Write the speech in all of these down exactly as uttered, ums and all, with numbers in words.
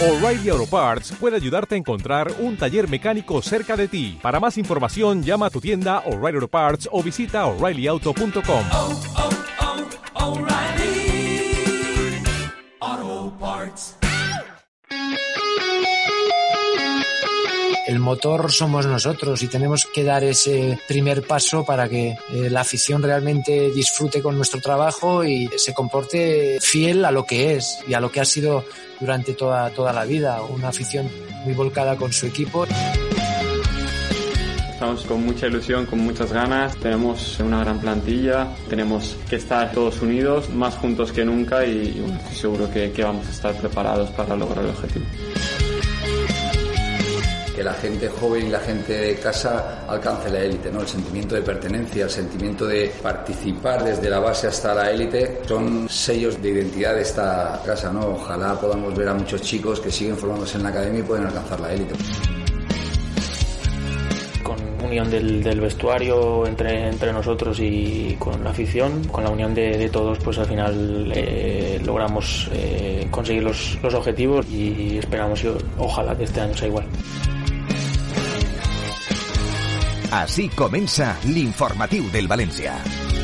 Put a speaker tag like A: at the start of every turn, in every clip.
A: O'Reilly Auto Parts puede ayudarte a encontrar un taller mecánico cerca de ti. Para más información, llama a tu tienda O'Reilly Auto Parts o visita O'Reilly Auto punto com.
B: Oh, oh, oh, O'Reilly Auto Parts.
C: El motor somos nosotros y tenemos que dar ese primer paso para que eh, la afición realmente disfrute con nuestro trabajo y se comporte fiel a lo que es y a lo que ha sido durante toda, toda la vida, una afición muy volcada con su equipo.
D: Estamos con mucha ilusión, con muchas ganas, tenemos una gran plantilla, tenemos que estar todos unidos, más juntos que nunca y, y bueno, estoy seguro que, que vamos a estar preparados para lograr el objetivo.
E: Que la gente joven y la gente de casa alcance la élite, ¿no? El sentimiento de pertenencia, el sentimiento de participar desde la base hasta la élite son sellos de identidad de esta casa, ¿no? Ojalá podamos ver a muchos chicos que siguen formándose en la academia y pueden alcanzar la élite.
F: Con unión del, del vestuario entre, entre nosotros y con la afición, con la unión de, de todos, pues al final eh, logramos eh, conseguir los, los objetivos y esperamos, y ojalá que este año sea igual.
G: Així comença l'informatiu del València.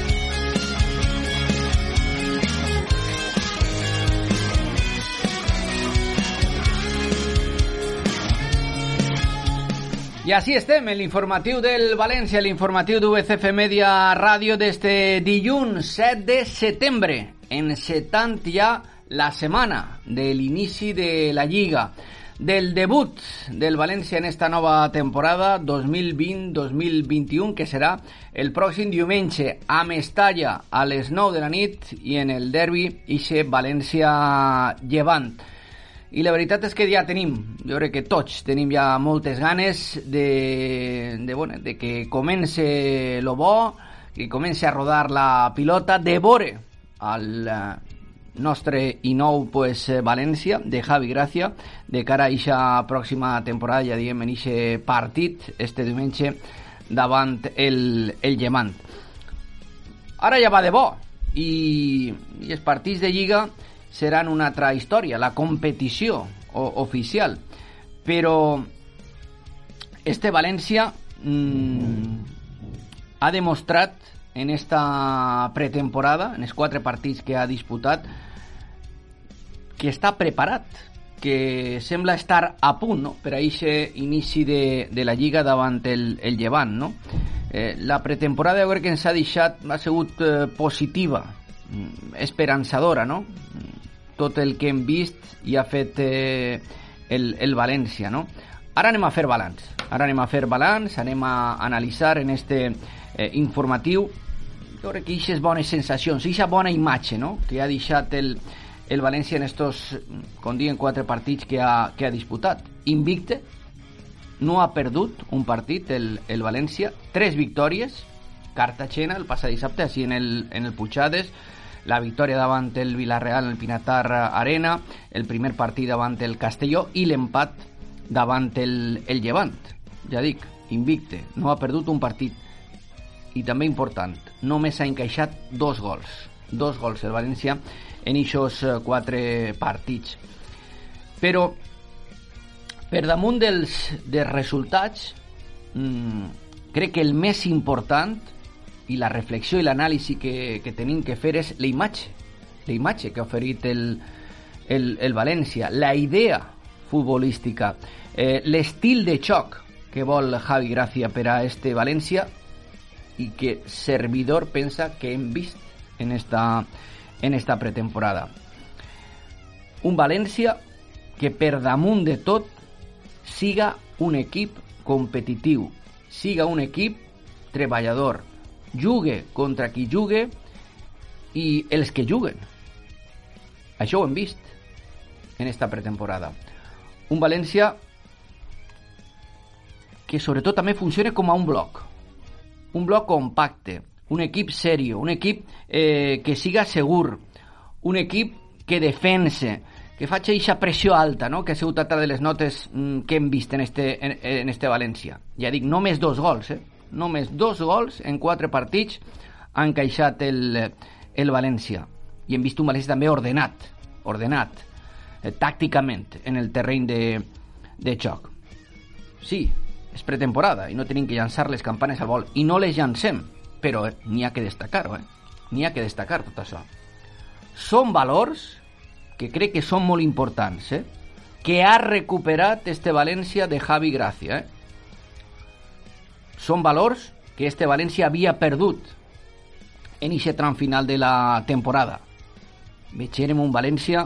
H: I així estem, en l'informatiu del València, l'informatiu d'U C F Media Ràdio d'este dilluns set de setembre, encetant ja la setmana de l'inici de la Lliga, del debut del València en esta nova temporada dos mil vint dos mil vint-i-u, que serà el pròxim diumenge a Mestalla a les nou de la nit i en el derbi ixe València-Llevant. I la veritat és que ja tenim, jo crec que tots tenim ja moltes ganes de, de, bueno, de que comence lo bo, que comence a rodar la pilota, de veure al nostre i nou pues, València de Javi Gracia de cara a eixa pròxima temporada, ja diem, en eixe partit este diumenge davant el, el Llevant. Ara ja va de bo i, i els partits de Lliga seran una altra història, la competició o, oficial, però este València mmm, ha demostrat en esta pretemporada, en els quatre partits que ha disputat, que està preparat, que sembla estar a punt, no?, per a aquest inici de, de la Lliga davant el, el Llevant, no? Eh, la pretemporada jo crec que ens ha deixat, ha sigut eh, positiva, esperançadora, no? Tot el que hem vist i ha fet eh, el, el València, no? Ara anem a fer balanç, ara anem a fer balanç, anem a analitzar en este eh, informatiu, jo crec que aquestes bones sensacions, aquesta bona imatge, no?, que ha deixat el el València en estos, com diuen, quatre partits que ha, que ha disputat. Invicte, no ha perdut un partit el, el València, tres victòries, Cartagena el passat dissabte, així en el, en el Puigades, la victòria davant el Villarreal en el Pinatar Arena, el primer partit davant el Castelló i l'empat davant el, el Llevant. Ja dic, invicte, no ha perdut un partit. I també important, només ha encaixat dos gols. Dos gols el València en aquests quatre partits. Però per damunt dels, dels resultats mmm, crec que el més important i la reflexió i l'anàlisi que, que tenim que fer és la imatge la imatge que ha oferit el, el, el València, la idea futbolística, eh, l'estil de xoc que vol Javi Gracia per a este València i que servidor pensa que hem vist en esta en esta pretemporada. Un València que per damunt de tot siga un equip competitiu, siga un equip treballador, jugue contra qui jugue i els que juguen. Això ho hem vist en esta pretemporada. Un València que sobretot també funciona com a un bloc, un bloc compacte, un equip serio, un equip eh, que siga segur, un equip que defense, que faci aquesta pressió alta, no?, que ha sigut altra de les notes mm, que hem vist en este, en, en este València. Ja dic, només dos gols, eh? Només dos gols en quatre partits ha encaixat el, el València. I hem vist un València també ordenat, ordenat. eh, tàcticament en el terreny de, de joc. Sí, és pretemporada i no tenim que llançar les campanes al vol, i no les llancem, però eh, n'hi ha que destacar-ho, eh? N'hi ha que destacar tot això. Són valors que crec que són molt importants, eh? Que ha recuperat este València de Javi Gracia, eh? Són valors que este València havia perdut en aquest tram final de la temporada. Veiem un València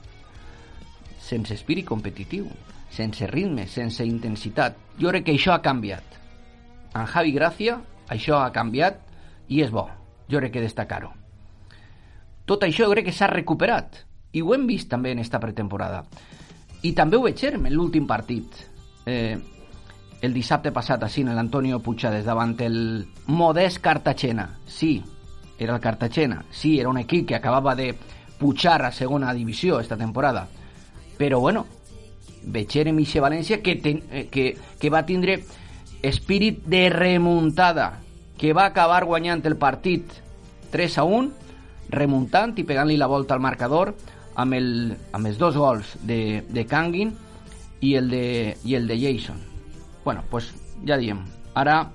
H: sense espírit competitiu, sense ritme, sense intensitat. Jo crec que això ha canviat. En Javi Gracia això ha canviat i és bo. Jo crec que destacar-ho. Tot això jo crec que s'ha recuperat i ho hem vist també en esta pretemporada. I també ho veiem en l'últim partit. Eh, el dissabte passat així en l'Antonio Puigades davant el modest Cartagena. Sí, era el Cartagena. Sí, era un equip que acabava de pujar a segona divisió esta temporada. Però bueno, veiem ixe València que, ten, que, que va tindre espírit de remuntada, que va acabar guanyant el partit tres a un, remuntant i pegant-li la volta al marcador amb, el, amb els dos gols de, de Kangin i el de, i el de Jason. Bueno, pues ja diem, ara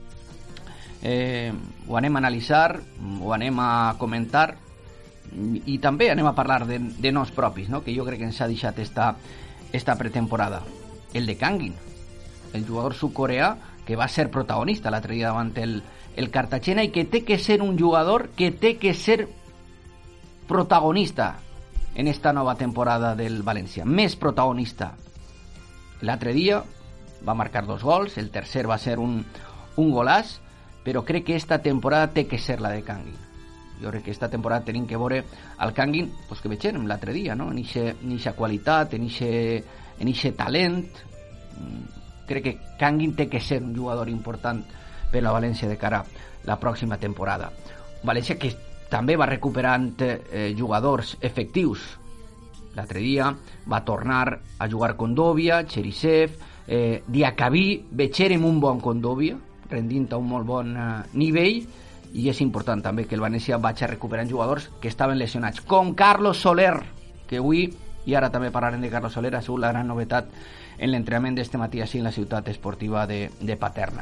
H: eh, ho anem a analitzar, ho anem a comentar i també anem a parlar de, de noms propis, no? Que jo crec que ens ha deixat esta, esta pretemporada. El de Kangin, el jugador sud-coreà que va ser protagonista l'altre dia davant el, el Cartagena i que té que ser un jugador que té que ser protagonista en esta nova temporada del València, més protagonista. L'altre dia va marcar dos gols, el tercer va ser un, un golàs, però crec que esta temporada té que ser la de Kangin. Jo crec que esta temporada tenim que veure al Kangin, pues que veiem l'altre dia, no? En eixa qualitat, en eixe talent. Crec que Kangin té que ser un jugador important per la València de cara a la pròxima temporada. València que també va recuperant eh, jugadors efectius. L'altre dia va tornar a jugar Condovia, Cherisev, eh, Diacabí, veiem un bon Condovia, rendint a un molt bon eh, nivell, i és important també que el València vagi recuperant jugadors que estaven lesionats, com Carlos Soler, que avui, i ara també parlarem de Carlos Soler, ha sigut la gran novetat en l'entrenament d'este matí així en la ciutat esportiva de, de Paterna.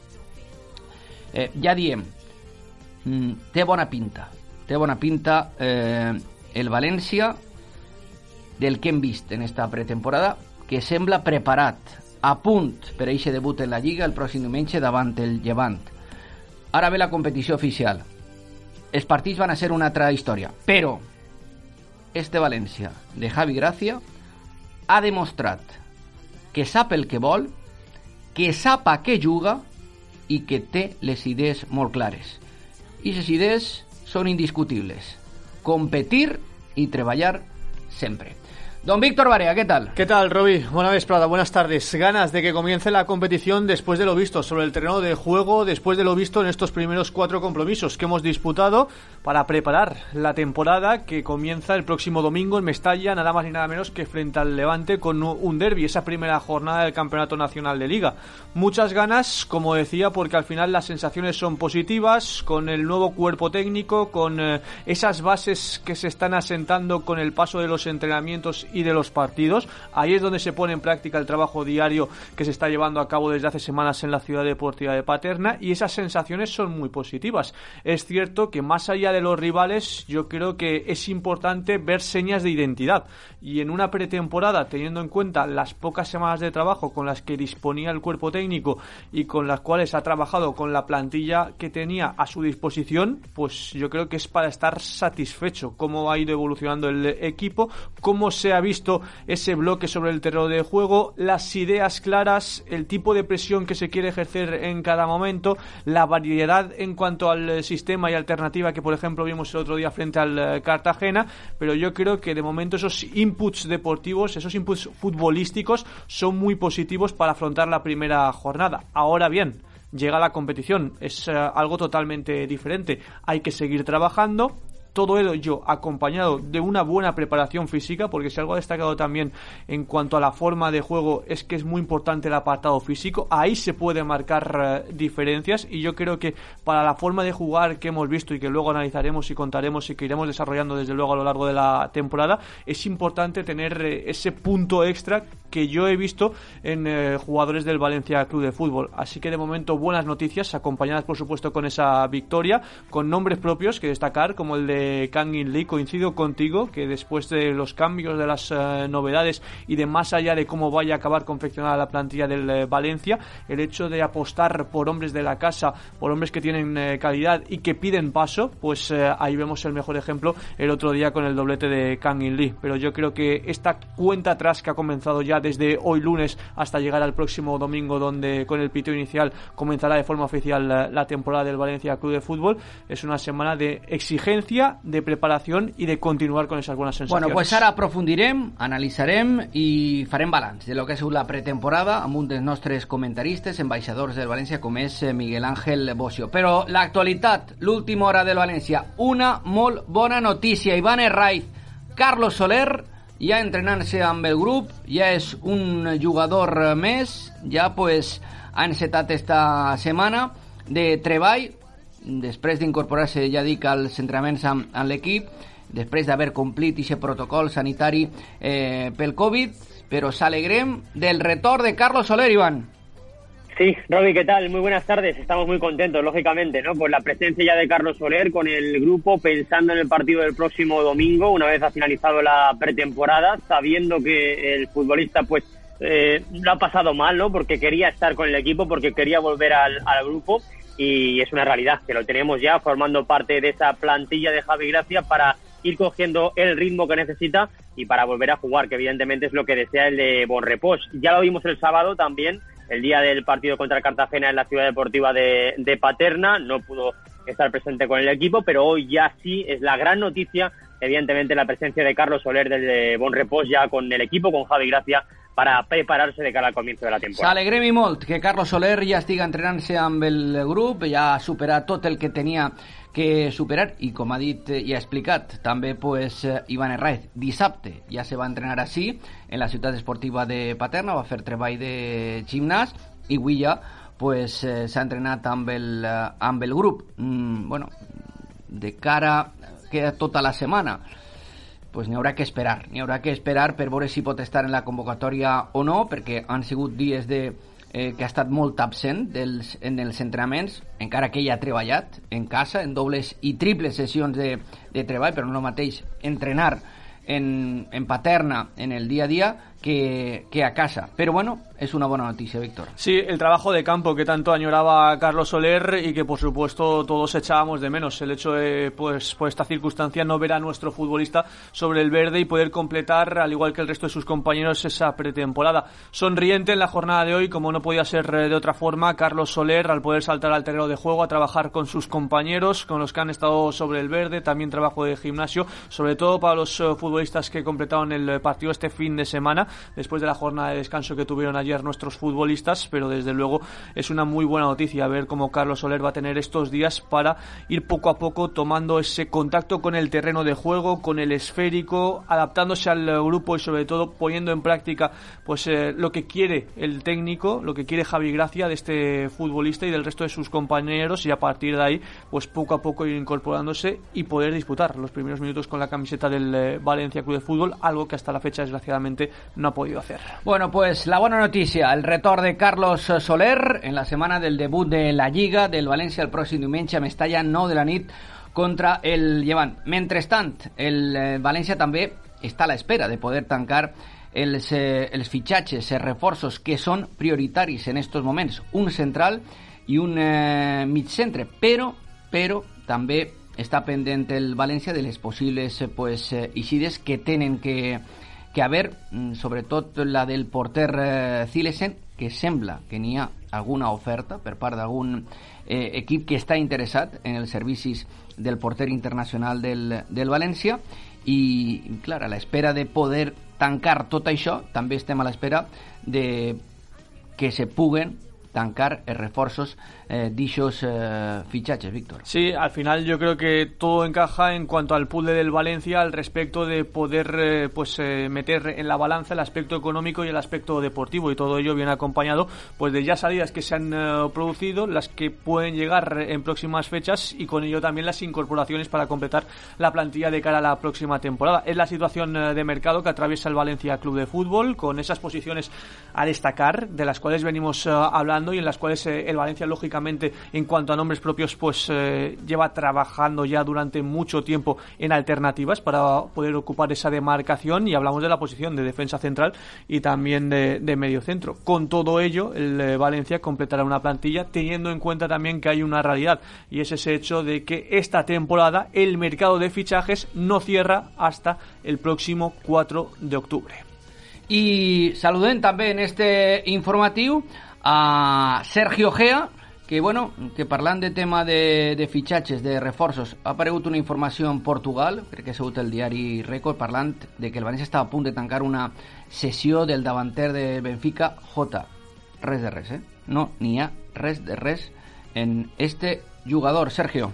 H: Eh, ja diem, mm, té bona pinta, té bona pinta eh, el València del que hem vist en esta pretemporada, que sembla preparat, a punt per a eixe debut en la Lliga el pròxim diumenge davant el Llevant. Ara ve la competició oficial. Els partits van a ser una altra història, però este València de Javi Gracia ha demostrat que sap el que vol, que sap a què juga i que té les idees molt clares. I les idees són indiscutibles. Competir i treballar sempre. Don Víctor Barea, ¿qué tal?
I: ¿Qué tal, Roby? Buena vesprada, buenas tardes. Ganas de que comience la competición después de lo visto sobre el terreno de juego, después de lo visto en estos primeros cuatro compromisos que hemos disputado para preparar la temporada que comienza el próximo domingo en Mestalla, nada más ni nada menos que frente al Levante con un derbi, esa primera jornada del Campeonato Nacional de Liga. Muchas ganas, como decía, porque al final las sensaciones son positivas, con el nuevo cuerpo técnico, con eh, esas bases que se están asentando con el paso de los entrenamientos y de los partidos. Ahí es donde se pone en práctica el trabajo diario que se está llevando a cabo desde hace semanas en la ciudad deportiva de Paterna, y esas sensaciones son muy positivas. Es cierto que más allá de los rivales, yo creo que es importante ver señas de identidad, y en una pretemporada, teniendo en cuenta las pocas semanas de trabajo con las que disponía el cuerpo técnico y con las cuales ha trabajado con la plantilla que tenía a su disposición, pues yo creo que es para estar satisfecho cómo ha ido evolucionando el equipo, cómo se ha visto ese bloque sobre el terreno de juego, las ideas claras, el tipo de presión que se quiere ejercer en cada momento, la variedad en cuanto al sistema y alternativa que por ejemplo vimos el otro día frente al Cartagena. Pero yo creo que de momento esos inputs deportivos, esos inputs futbolísticos son muy positivos para afrontar la primera jornada. Ahora bien, llega la competición, es uh, algo totalmente diferente, hay que seguir trabajando. todo ello acompañado de una buena preparación física, porque si algo ha destacado también en cuanto a la forma de juego es que es muy importante el apartado físico. Ahí se puede marcar uh, diferencias, y yo creo que para la forma de jugar que hemos visto y que luego analizaremos y contaremos y que iremos desarrollando desde luego a lo largo de la temporada, es importante tener uh, ese punto extra que yo he visto en uh, jugadores del Valencia Club de Fútbol. Así que de momento buenas noticias, acompañadas por supuesto con esa victoria, con nombres propios que destacar como el de Kang In Lee. Coincido contigo que después de los cambios, de las uh, novedades y de más allá de cómo vaya a acabar confeccionada la plantilla del uh, Valencia, el hecho de apostar por hombres de la casa, por hombres que tienen uh, calidad y que piden paso, pues uh, ahí vemos el mejor ejemplo el otro día con el doblete de Kang In Lee. Pero yo creo que esta cuenta atrás que ha comenzado ya desde hoy lunes hasta llegar al próximo domingo, donde con el piteo inicial comenzará de forma oficial la, la temporada del Valencia Club de Fútbol, es una semana de exigencia, de preparación i de continuar con esas buenas sensacions.
H: Bueno, pues ara aprofundirem, analitzarem i farem balanç de lo que ha sigut la pretemporada amb un dels nostres comentaristes, ambaixadors del València, com és Miguel Ángel Bocio. Però l'actualitat, l'última hora del València, una molt bona notícia. Iván Herraiz, Carlos Soler, ja entrenant-se amb el grup, ja és un jugador més, ja pues ha encetat esta setmana de treball, després d'incorporar-se, ja dic, als entrenaments amb, amb l'equip, després d'haver complit aquest protocol sanitari eh, pel Covid, però s'alegrem del retorn de Carlos Soler, Iván.
J: Sí, Roby, ¿qué tal? Muy buenas tardes. Estamos muy contentos, lógicamente, ¿no? Por la presencia ya de Carlos Soler con el grupo, pensando en el partido del próximo domingo, una vez ha finalizado la pretemporada, sabiendo que el futbolista, pues, eh, lo ha pasado mal, ¿no? Porque quería estar con el equipo, porque quería volver al, al grupo, y es una realidad que lo tenemos ya formando parte de esa plantilla de Javi Gracia para ir cogiendo el ritmo que necesita y para volver a jugar, que evidentemente es lo que desea el de Bonrepós. Ya lo vimos el sábado también, el día del partido contra el Cartagena en la Ciudad Deportiva de, de Paterna, no pudo estar presente con el equipo, pero hoy ya sí es la gran noticia, evidentemente, la presencia de Carlos Soler del de Bonrepós ya con el equipo, con Javi Gracia, para prepararse de cara al comienzo de la temporada.
H: S'alegrem i molt que Carlos Soler ja estigui entrenant-se amb el grup, ja ha superat tot el que tenia que superar, i com ha dit i ha explicat també pues, Iván Herraiz, dissabte ja se va entrenar així en la ciutat esportiva de Paterna, va fer treball de gimnàs i avui ja pues, s'ha entrenat amb el, amb el grup. Mm, bueno, de cara queda tota la setmana, pues n'hi haurà que esperar, n'hi haurà que esperar per veure si pot estar en la convocatòria o no, perquè han sigut dies de, eh, que ha estat molt absent dels, en els entrenaments, encara que ell ha treballat en casa, en dobles i triples sessions de, de treball, però no el mateix entrenar en, en Paterna en el dia a dia que, que a casa. Pero bueno, es una buena noticia, Víctor.
I: Sí, el trabajo de campo que tanto añoraba Carlos Soler y que por supuesto todos echábamos de menos, el hecho de, pues, por esta circunstancia, no ver a nuestro futbolista sobre el verde y poder completar, al igual que el resto de sus compañeros, esa pretemporada. Sonriente en la jornada de hoy, como no podía ser de otra forma, Carlos Soler, al poder saltar al terreno de juego, a trabajar con sus compañeros, con los que han estado sobre el verde, también trabajo de gimnasio, sobre todo para los uh, futbolistas que completaron el partido este fin de semana, después de la jornada de descanso que tuvieron ayer nuestros futbolistas, pero desde luego es una muy buena noticia ver cómo Carlos Soler va a tener estos días para ir poco a poco tomando ese contacto con el terreno de juego, con el esférico, adaptándose al grupo y sobre todo poniendo en práctica pues eh, lo que quiere el técnico, lo que quiere Javi Gracia de este futbolista y del resto de sus compañeros, y a partir de ahí pues poco a poco ir incorporándose y poder disputar los primeros minutos con la camiseta del eh, Valencia Club de Fútbol, algo que hasta la fecha desgraciadamente no ha podido hacer.
H: Bueno, pues la buena noticia, el retorn de Carlos Soler en la setmana del debut de la Lliga del València el pròxim diumenge a Mestalla, nou de la nit, contra el Llevant. Mentrestant, el eh, València també està a l'espera de poder tancar els, eh, els fitxatges, els reforços que són prioritaris en estos moments, un central i un eh, migcentre, però, però també està pendent el València de les possibles pues, eh, eixides que tenen que que a ver, sobretot la del porter eh, Zilesen, que sembla que n'hi ha alguna oferta per part d'algun eh, equip que està interessat en els servicis del porter internacional del, del València, i clar, a l'espera de poder tancar tot això, també estem a l'espera de que se puguen tancar eh, reforzos eh, dichos eh, fichajes, Víctor.
I: Sí, al final yo creo que todo encaja en cuanto al puzzle del Valencia al respecto de poder eh, pues eh, meter en la balanza el aspecto económico y el aspecto deportivo, y todo ello viene acompañado pues de ya salidas que se han eh, producido, las que pueden llegar en próximas fechas, y con ello también las incorporaciones para completar la plantilla de cara a la próxima temporada. Es la situación eh, de mercado que atraviesa el Valencia Club de Fútbol, con esas posiciones a destacar de las cuales venimos eh, hablando y en las cuales eh, el Valencia, lógicamente, en cuanto a nombres propios, pues eh, lleva trabajando ya durante mucho tiempo en alternativas para poder ocupar esa demarcación, y hablamos de la posición de defensa central y también de, de medio centro. Con todo ello, el eh, Valencia completará una plantilla teniendo en cuenta también que hay una realidad, y es ese hecho de que esta temporada el mercado de fichajes no cierra hasta el próximo cuatro de octubre.
H: I saludem també en este informatiu a Sergio Gea, que bueno, que parlant de tema de, de fitxatges, de reforços, ha aparegut una informació en Portugal, crec que ha sigut el diari Record, parlant de que el València estava a punt de tancar una sessió del davanter de Benfica, Jota. Res de res, eh? No, n'hi ha res de res en este jugador. Sergio.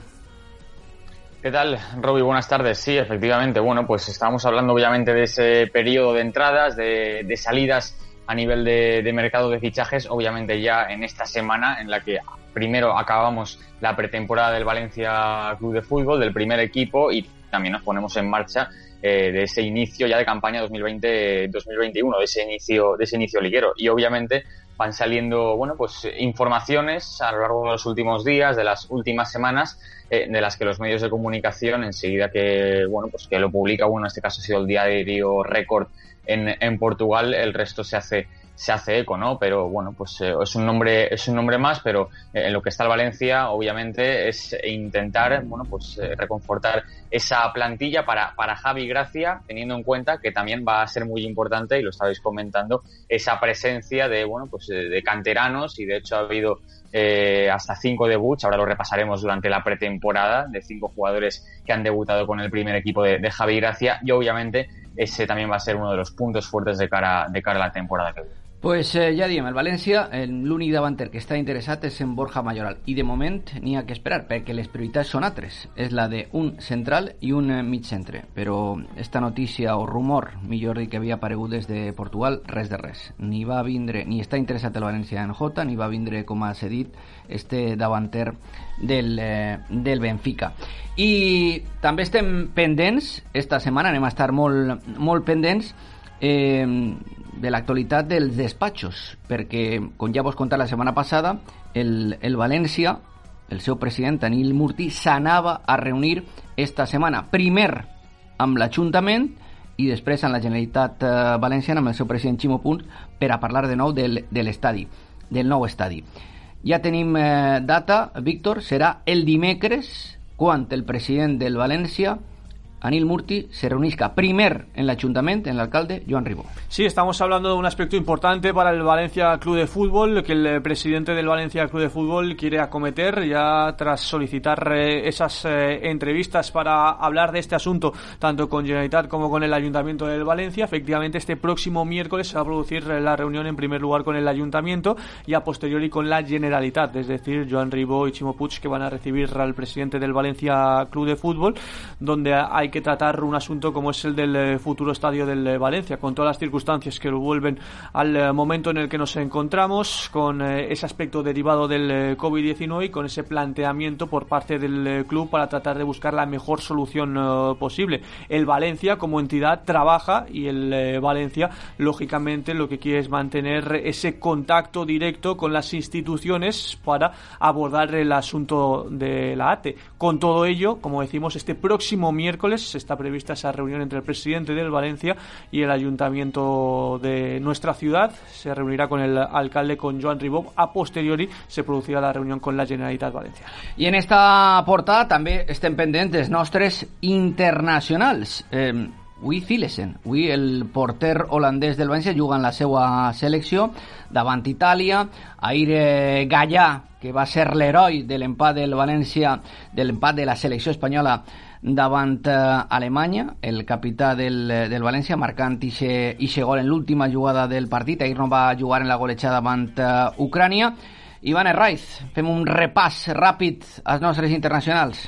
K: ¿Qué tal, Roby? Buenas tardes. Sí, efectivamente, bueno, pues estábamos hablando obviamente de ese periodo de entradas, de, de salidas a nivel de, de mercado de fichajes, obviamente ya en esta semana en la que primero acabamos la pretemporada del Valencia Club de Fútbol, del primer equipo, y también nos ponemos en marcha eh, de ese inicio ya de campaña dos mil veinte dos mil veintiuno, de ese inicio, de ese inicio liguero. Y obviamente van saliendo, bueno, pues informaciones a lo largo de los últimos días, de las últimas semanas, eh, de las que los medios de comunicación, enseguida que, bueno, pues que lo publica, bueno, en este caso ha sido el diario Record en, en Portugal, el resto se hace se hace eco, ¿no? Pero bueno, pues eh, es un nombre es un nombre más, pero eh, en lo que está el Valencia, obviamente, es intentar, bueno, pues eh, reconfortar esa plantilla para para Javi Gracia, teniendo en cuenta que también va a ser muy importante, y lo estabais comentando, esa presencia de, bueno, pues de, de canteranos, y de hecho ha habido eh, hasta cinco debuts, ahora lo repasaremos durante la pretemporada, de cinco jugadores que han debutado con el primer equipo de, de Javi Gracia, y obviamente ese también va a ser uno de los puntos fuertes de cara de cara a la temporada que viene.
H: Pues eh, ja diem, el València, l'únic davanter que està interessat és en Borja Mayoral, i de moment n'hi ha que esperar, perquè les prioritats són altres, és la d'un central i un mig centre, però esta notícia o rumor, millor dir, que havia aparegut des de Portugal, res de res, ni va vindre, ni està interessat el València en Jota, ni va vindre, com ha cedit, este davanter del, eh, del Benfica. I també estem pendents, esta setmana anem a estar molt, molt pendents, eh, de l'actualitat dels despatxos, perquè, com ja vos contat la setmana passada, el, el València, el seu president, Anil Murti, s'anava a reunir esta setmana, primer amb l'Ajuntament i després amb la Generalitat eh, Valenciana, amb el seu president Ximo Puig, per a parlar de nou del, de l'estadi, del nou estadi. Ja tenim eh, data, Víctor, serà el dimecres, quan el president del València, Anil Murti, se reunisca primer en el Ayuntamiento, en el alcalde Joan Ribó.
I: Sí, estamos hablando de un aspecto importante para el Valencia Club de Fútbol, que el presidente del Valencia Club de Fútbol quiere acometer ya tras solicitar eh, esas eh, entrevistas para hablar de este asunto, tanto con Generalitat como con el Ayuntamiento del Valencia. Efectivamente, este próximo miércoles se va a producir la reunión en primer lugar con el Ayuntamiento y a posteriori con la Generalitat, es decir, Joan Ribó y Ximo Puig, que van a recibir al presidente del Valencia Club de Fútbol, donde hay que tratar un asunto como es el del futuro estadio del Valencia, con todas las circunstancias que lo vuelven al momento en el que nos encontramos, con ese aspecto derivado del covid diecinueve y con ese planteamiento por parte del club para tratar de buscar la mejor solución posible. El Valencia como entidad trabaja y el Valencia lógicamente lo que quiere es mantener ese contacto directo con las instituciones para abordar el asunto de la A T E. Con todo ello, como decimos, este próximo miércoles está prevista esa reunión entre el presidente del Valencia y el ayuntamiento de nuestra ciudad. Se reunirá con el alcalde, con Joan Ribó. A posteriori se producirà la reunión con la Generalitat Valenciana.
H: I en esta portada també estem pendents dels nostres internacionals. Eh, Avui Cillesen, avui el porter holandès del València juga en la seva selecció davant Itàlia. Ahir Gallà, que va ser l'heroi de l'empat del València, de l'empat de la selecció espanyola davant eh, Alemanya, el capità del, del València, marcant ixe, ixe gol en l'última jugada del partit. Ahir no va jugar en la golejada davant eh, Ucrània. Iván Herraiz, fem un repàs ràpid als nostres internacionals.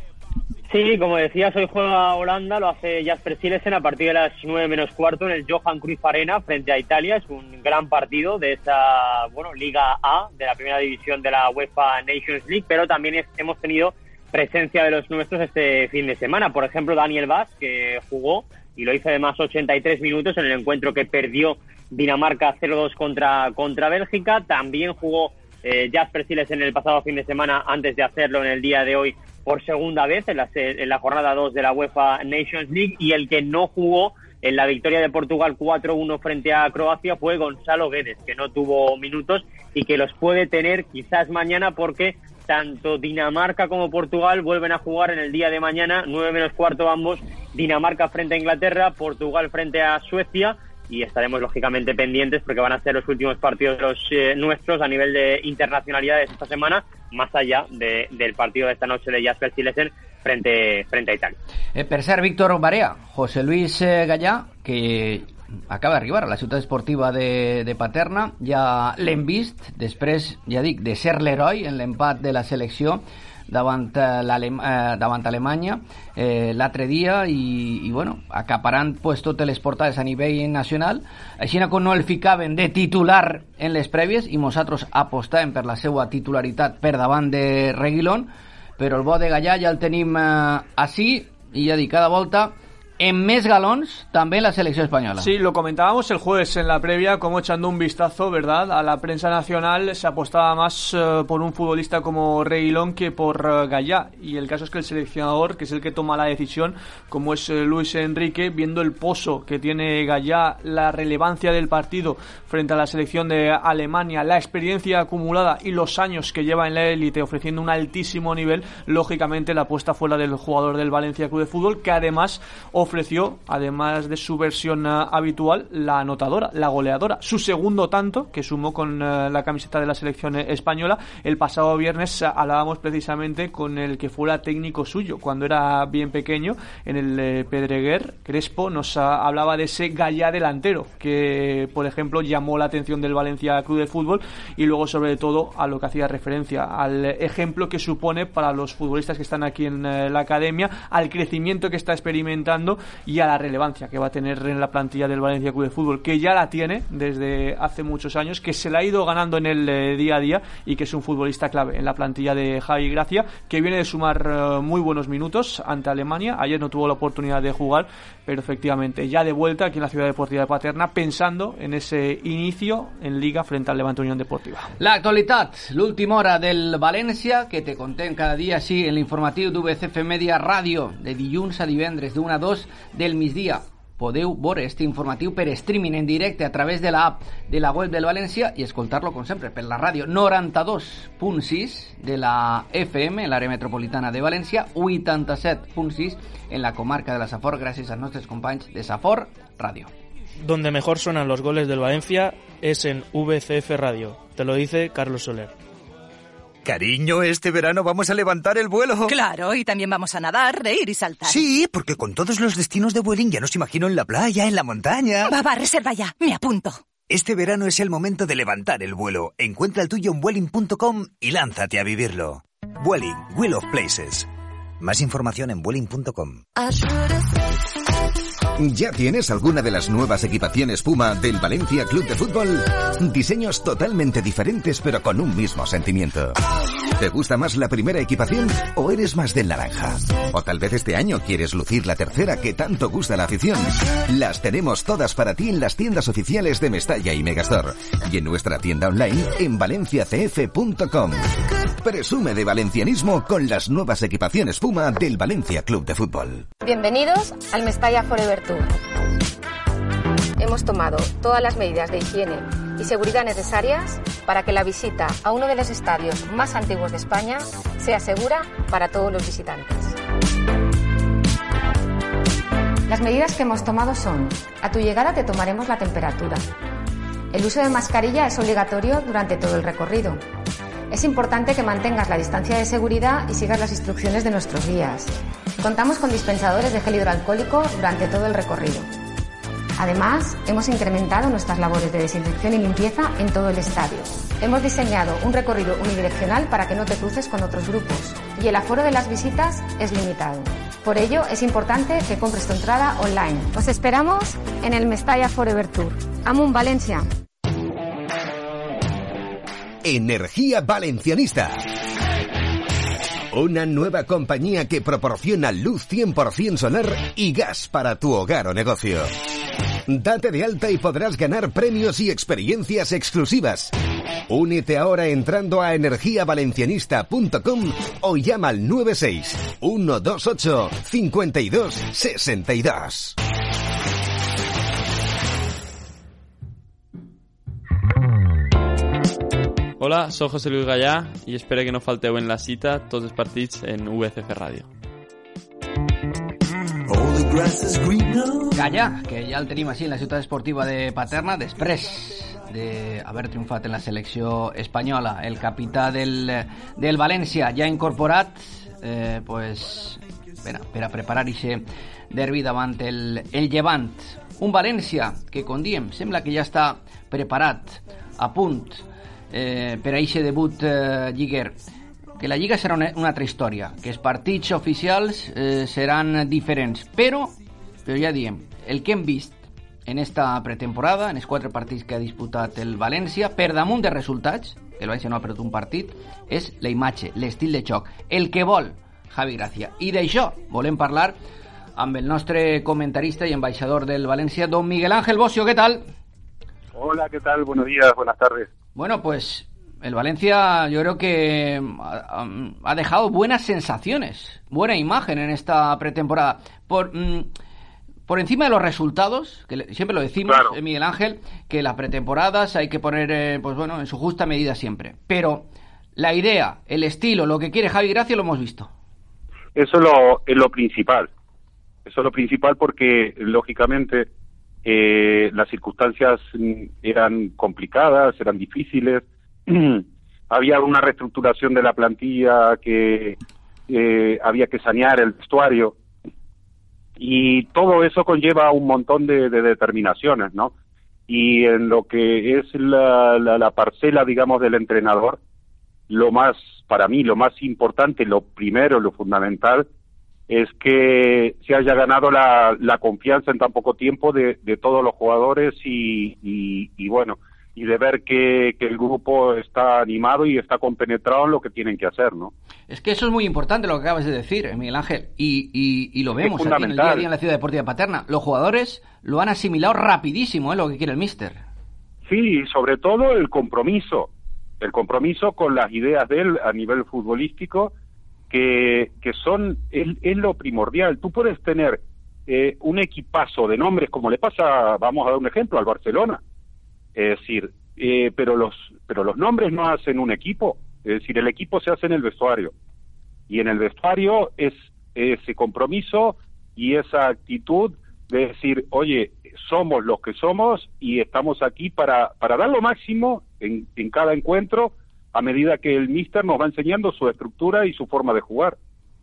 J: Sí, como decías, hoy juega Holanda, lo hace Jasper Silesen a partir de las nueve menos cuarto en el Johan Cruyff Arena frente a Italia. Es un gran partido de esa, bueno, Liga A, de la primera división de la UEFA Nations League, pero también es, hemos tenido presencia de los nuestros este fin de semana. Por ejemplo, Daniel Vaz, que jugó y lo hizo además ochenta y tres minutos en el encuentro que perdió Dinamarca cero dos contra, contra Bélgica. También jugó eh, Jasper Silesen el pasado fin de semana antes de hacerlo en el día de hoy por segunda vez en la, en la jornada dos de la UEFA Nations League, y el que no jugó en la victoria de Portugal cuatro uno frente a Croacia fue Gonzalo Guedes, que no tuvo minutos y que los puede tener quizás mañana, porque tanto Dinamarca como Portugal vuelven a jugar en el día de mañana, nueve menos cuarto ambos, Dinamarca frente a Inglaterra, Portugal frente a Suecia, y estaremos lógicamente pendientes porque van a ser los últimos partidos de los eh, nuestros a nivel de internacionalidades esta semana, más allá de, del partido de esta noche de Jasper Silesen frente, frente a Italia.
H: Eh, per cert, Víctor Barea, José Luis eh, Gallà, que acaba d'arribar a la ciutat esportiva de, de Paterna, ja l'hem vist, després, ja dic, de ser l'heroi en l'empat de la selecció davant, l'Alem eh, davant Alemanya eh, l'altre dia i, i bueno, acaparant pues, totes les portades a nivell nacional, així com no el ficaven de titular en les prèvies i nosaltres apostàvem per la seva titularitat per davant de Reguilón, però el bo de Gallà ja el tenim eh, així i ja dic, cada volta en més galons también la selección española.
I: Sí, lo comentábamos el jueves en la previa, como echando un vistazo, ¿verdad?, a la prensa nacional se apostaba más uh, por un futbolista como Reguilón que por uh, Gallà, y el caso es que el seleccionador, que es el que toma la decisión, como es uh, Luis Enrique, viendo el pozo que tiene Gallà, la relevancia del partido frente a la selección de Alemania, la experiencia acumulada y los años que lleva en la élite ofreciendo un altísimo nivel, lógicamente la apuesta fue la del jugador del Valencia Club de Fútbol, que además ofreció, además de su versión uh, habitual, la anotadora, la goleadora, su segundo tanto, que sumó con uh, la camiseta de la selección española. El pasado viernes uh, hablábamos precisamente con el que fuera técnico suyo, cuando era bien pequeño, en el eh, Pedreguer. Crespo nos uh, hablaba de ese Gallà delantero, que, por ejemplo, llamó la atención del Valencia Club de Fútbol, y luego, sobre todo, a lo que hacía referencia, al ejemplo que supone para los futbolistas que están aquí en uh, la academia, al crecimiento que está experimentando y a la relevancia que va a tener en la plantilla del Valencia Club de Fútbol, que ya la tiene desde hace muchos años, que se la ha ido ganando en el eh, día a día, y que es un futbolista clave en la plantilla de Javi Gracia, que viene de sumar eh, muy buenos minutos ante Alemania. Ayer no tuvo la oportunidad de jugar, pero efectivamente ya de vuelta aquí en la Ciudad Deportiva de Paterna, pensando en ese inicio en Liga frente al Levante Unión Deportiva.
H: La actualitat, l'última hora del València, que te contem cada dia així en l'informatiu d'U V C F Media Ràdio, de dilluns a divendres, d'una a dos del migdia. Podeu veure este informatiu per streaming en directe a través de l'app de la web del València i escoltar-lo, com sempre, per la ràdio noranta-dos punt sis de la F M en l'àrea metropolitana de València, vuitanta-set punt sis en la comarca de la Safor, gràcies als nostres companys de Safor Ràdio.
L: Donde mejor suenan los goles del Valencia es en V C F Radio. Te lo dice Carlos Soler.
M: Cariño, este verano vamos a levantar el vuelo.
N: Claro, y también vamos a nadar, reír y saltar.
M: Sí, porque con todos los destinos de Vueling ya nos imagino en la playa, en la montaña.
N: Va, va, reserva ya, me apunto.
M: Este verano es el momento de levantar el vuelo. Encuentra el tuyo en vueling punto com y lánzate a vivirlo. Vueling, Wheel of Places. Más información en vueling punto com.
G: ¿Ya tienes alguna de las nuevas equipaciones Puma del Valencia Club de Fútbol? Diseños totalmente diferentes pero con un mismo sentimiento. ¿Te gusta más la primera equipación o eres más del naranja? O tal vez este año quieres lucir la tercera que tanto gusta la afición. Las tenemos todas para ti en las tiendas oficiales de Mestalla y Megastore y en nuestra tienda online en valencia c f punto com. Presume de valencianismo con las nuevas equipaciones Puma del Valencia Club de Fútbol.
O: Bienvenidos al Mestalla Forever Tour. Hemos tomado todas las medidas de higiene y seguridad necesarias para que la visita a uno de los estadios más antiguos de España sea segura para todos los visitantes. Las medidas que hemos tomado son: a tu llegada te tomaremos la temperatura. El uso de mascarilla es obligatorio durante todo el recorrido. Es importante que mantengas la distancia de seguridad y sigas las instrucciones de nuestros guías. Contamos con dispensadores de gel hidroalcohólico durante todo el recorrido. Además, hemos incrementado nuestras labores de desinfección y limpieza en todo el estadio. Hemos diseñado un recorrido unidireccional para que no te cruces con otros grupos y el aforo de las visitas es limitado. Por ello, es importante que compres tu entrada online. Os esperamos en el Mestalla Forever Tour. Amun Valencia.
G: Energía Valencianista. Una nueva compañía que proporciona luz cien por ciento solar y gas para tu hogar o negocio. Date de alta y podrás ganar premios y experiencias exclusivas. Únete ahora entrando a energía valencianista punto com o llama al nueve seis uno dos ocho cinco dos seis dos.
P: Hola, soy José Luis Gallà i espero que no falteu en la cita tots els partits en U V C F Ràdio.
H: Gallà, que ja el tenim així en la ciutat esportiva de Paterna, després d'haver triomfat en la selecció espanyola. El capità del, del València ja ha incorporat eh, pues, per, a, per a preparar aquest derbi davant el, el Llevant. Un València que, com diem, sembla que ja està preparat, a punt, Eh, per a aquest debut eh, lliguer, que la Lliga serà una, una altra història, que els partits oficials eh, seran diferents, però, però ja diem, el que hem vist en esta pretemporada, en els quatre partits que ha disputat el València, per damunt de resultats, que el València no ha perdut un partit, és la imatge, l'estil de joc, el que vol Javi Gracia. I d'això volem parlar amb el nostre comentarista i ambaixador del València, don Miguel Ángel Bosio. ¿Qué tal?
Q: Hola, ¿qué tal? Buenos días, buenas tardes.
H: Bueno, pues el Valencia yo creo que ha, ha dejado buenas sensaciones, buena imagen en esta pretemporada. Por, mm, por encima de los resultados, que siempre lo decimos, claro, eh, Miguel Ángel, que las pretemporadas hay que poner eh, pues bueno, en su justa medida siempre. Pero la idea, el estilo, lo que quiere Javi Gracia lo hemos visto.
Q: Eso es lo, es lo principal. Eso es lo principal porque, lógicamente, Eh, las circunstancias eran complicadas, eran difíciles, había una reestructuración de la plantilla que eh, había que sanear el vestuario y todo eso conlleva un montón de, de determinaciones, ¿no? Y en lo que es la, la, la parcela, digamos, del entrenador, lo más, para mí, lo más importante, lo primero, lo fundamental, es que se haya ganado la, la confianza en tan poco tiempo de, de todos los jugadores y, y, y bueno, y de ver que, que el grupo está animado y está compenetrado en lo que tienen que hacer, ¿no?
H: Es que eso es muy importante lo que acabas de decir, Miguel Ángel, y, y, y lo vemos aquí en el día a día en la Ciudad Deportiva de Paterna. Los jugadores lo han asimilado rapidísimo, ¿eh? Lo que quiere el míster.
Q: Sí, sobre todo el compromiso, el compromiso con las ideas de él a nivel futbolístico, que, que son, es, es lo primordial. Tú puedes tener eh, un equipazo de nombres, como le pasa, vamos a dar un ejemplo, al Barcelona, es decir, eh, pero los pero los nombres no hacen un equipo, es decir, el equipo se hace en el vestuario, y en el vestuario es ese compromiso y esa actitud de decir, oye, somos los que somos y estamos aquí para, para dar lo máximo en, en cada encuentro, a medida que el míster nos va enseñando su estructura y su forma de jugar.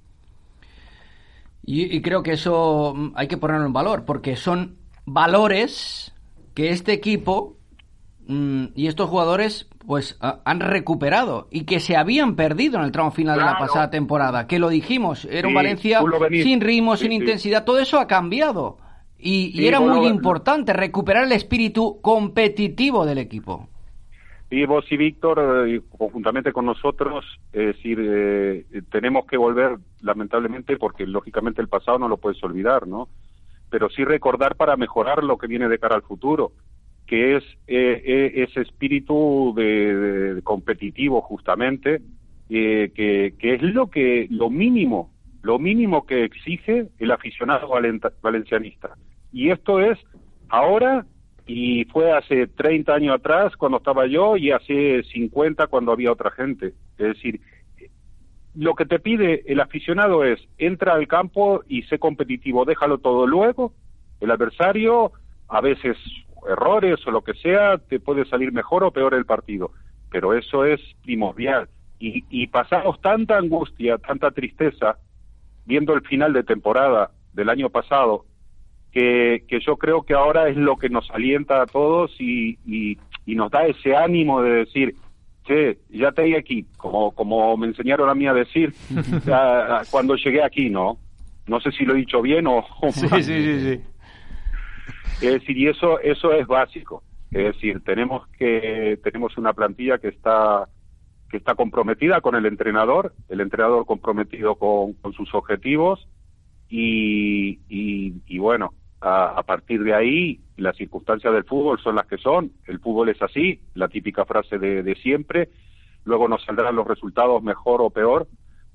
H: Y, y creo que eso hay que ponerlo en valor, porque son valores que este equipo mmm, y estos jugadores pues a, han recuperado y que se habían perdido en el tramo final claro. de la pasada temporada, que lo dijimos, era sí, un Valencia sin ritmo, sí, sin sí. intensidad, todo eso ha cambiado y, sí, y era muy lo... importante recuperar el espíritu competitivo del equipo.
Q: Y vos y Víctor, eh, conjuntamente con nosotros, es decir, eh, tenemos que volver, lamentablemente, porque lógicamente el pasado no lo puedes olvidar, ¿no? Pero sí recordar para mejorar lo que viene de cara al futuro, que es eh, eh, ese espíritu de, de, de competitivo, justamente, eh, que, que es lo que lo mínimo, lo mínimo que exige el aficionado valenta, valencianista. Y esto es ahora. Y fue hace treinta años atrás cuando estaba yo y hace cincuenta cuando había otra gente. Es decir, lo que te pide el aficionado es, entra al campo y sé competitivo, déjalo todo luego. El adversario, a veces errores o lo que sea, te puede salir mejor o peor el partido. Pero eso es primordial. Y, y pasamos tanta angustia, tanta tristeza, viendo el final de temporada del año pasado, que, que yo creo que ahora es lo que nos alienta a todos y, y, y nos da ese ánimo de decir, che, ya te hay aquí, como, como me enseñaron a mí a decir ya, cuando llegué aquí, ¿no? No sé si lo he dicho bien o... o
I: sí,
Q: mal.
I: sí, sí, sí.
Q: Es decir, y eso, eso es básico. Es decir, tenemos que tenemos una plantilla que está que está comprometida con el entrenador, el entrenador comprometido con, con sus objetivos y, y, y bueno, a, a partir de ahí las circunstancias del fútbol son las que son, el fútbol es así, la típica frase de, de siempre, luego nos saldrán los resultados mejor o peor,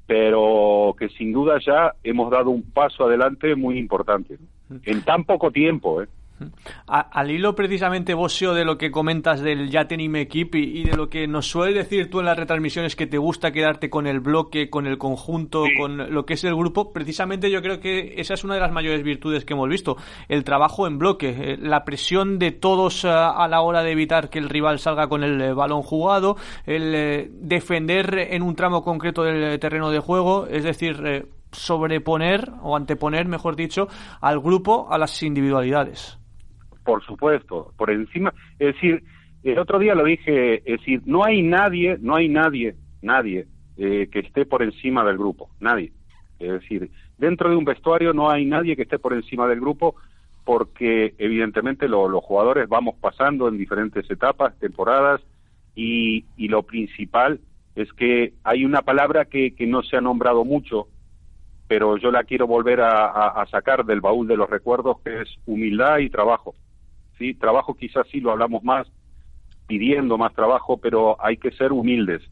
Q: pero que sin duda ya hemos dado un paso adelante muy importante, ¿no? En tan poco tiempo, ¿eh?
I: A, al hilo precisamente, Bosio, de lo que comentas del Ya tenim equip y, y de lo que nos suele decir tú en las retransmisiones, que te gusta quedarte con el bloque, con el conjunto, sí, con lo que es el grupo, precisamente yo creo que esa es una de las mayores virtudes que hemos visto, el trabajo en bloque, eh, la presión de todos a, a la hora de evitar que el rival salga con el eh, balón jugado, el eh, defender en un tramo concreto del terreno de juego, es decir, eh, sobreponer o anteponer, mejor dicho, al grupo a las individualidades.
Q: Por supuesto, por encima, es decir, el otro día lo dije, es decir, no hay nadie, no hay nadie, nadie eh, que esté por encima del grupo, nadie. Es decir, dentro de un vestuario no hay nadie que esté por encima del grupo porque evidentemente lo, los jugadores vamos pasando en diferentes etapas, temporadas y, y lo principal es que hay una palabra que, que no se ha nombrado mucho, pero yo la quiero volver a, a, a sacar del baúl de los recuerdos, que es humildad y trabajo. Sí, trabajo quizás sí lo hablamos más, pidiendo más trabajo, pero hay que ser humildes.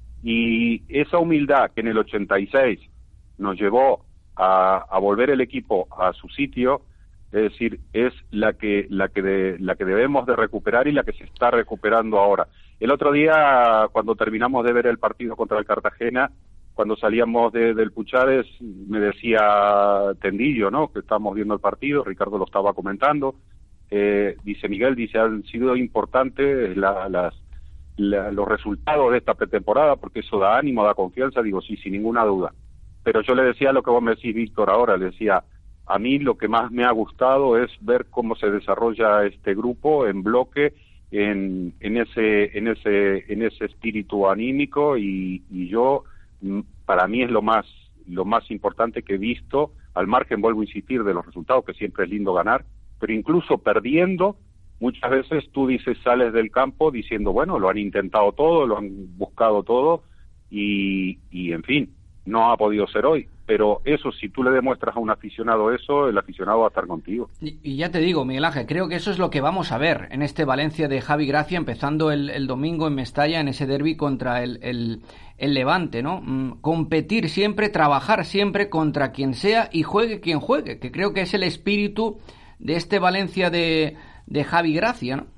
Q: Y esa humildad que en el ochenta y seis nos llevó a, a volver el equipo a su sitio, es decir, es la que la que de, la que debemos de recuperar y la que se está recuperando ahora. El otro día, cuando terminamos de ver el partido contra el Cartagena, cuando salíamos de, del Puchades, me decía Tendillo, ¿no?, que estábamos viendo el partido, Ricardo lo estaba comentando, eh, dice Miguel, dice, han sido importantes la, las, la, los resultados de esta pretemporada, porque eso da ánimo, da confianza, digo, sí, sin ninguna duda. Pero yo le decía lo que vos me decís, Víctor, ahora, le decía, a mí lo que más me ha gustado es ver cómo se desarrolla este grupo en bloque, en, en ese, en ese, en ese espíritu anímico, y, y yo, para mí es lo más, lo más importante que he visto, al margen, vuelvo a insistir, de los resultados, que siempre es lindo ganar, pero incluso perdiendo, muchas veces tú dices, sales del campo diciendo, bueno, lo han intentado todo, lo han buscado todo, y, y en fin, no ha podido ser hoy. Pero eso, si tú le demuestras a un aficionado eso, el aficionado va a estar contigo.
H: Y, y ya te digo, Miguel Ángel, creo que eso es lo que vamos a ver en este Valencia de Javi Gracia, empezando el, el domingo en Mestalla, en ese derbi contra el, el, el Levante, ¿no? Mm, competir siempre, trabajar siempre contra quien sea y juegue quien juegue, que creo que es el espíritu de este Valencia de, de Javi Gracia, ¿no?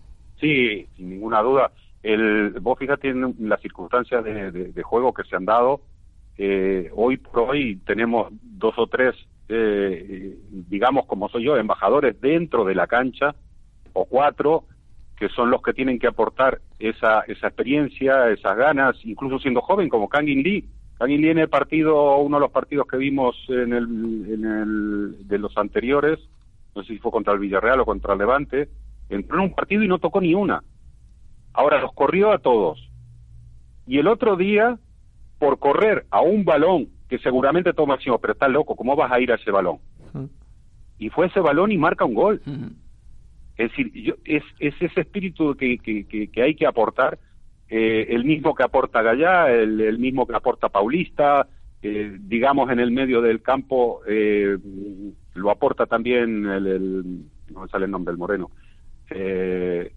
Q: Sí, sin ninguna duda. El, vos fíjate en las circunstancias de, de, de juego que se han dado. Eh, hoy por hoy tenemos dos o tres, eh, digamos como soy yo, embajadores dentro de la cancha, o cuatro, que son los que tienen que aportar esa esa experiencia, esas ganas, incluso siendo joven, como Kang In Lee. Kang In Lee en el partido, uno de los partidos que vimos en el, en el de los anteriores, no sé si fue contra el Villarreal o contra el Levante, entró en un partido y no tocó ni una. Ahora los corrió a todos. Y el otro día, por correr a un balón que seguramente toma acción, pero estás loco, ¿cómo vas a ir a ese balón? Uh-huh. Y fue ese balón y marca un gol. Uh-huh. Es decir, yo, es, es ese espíritu que, que, que, que hay que aportar, eh, el mismo que aporta Gallá, el, el mismo que aporta Paulista, eh, digamos en el medio del campo, eh, lo aporta también el, el, no me sale el nombre, el moreno. Eh,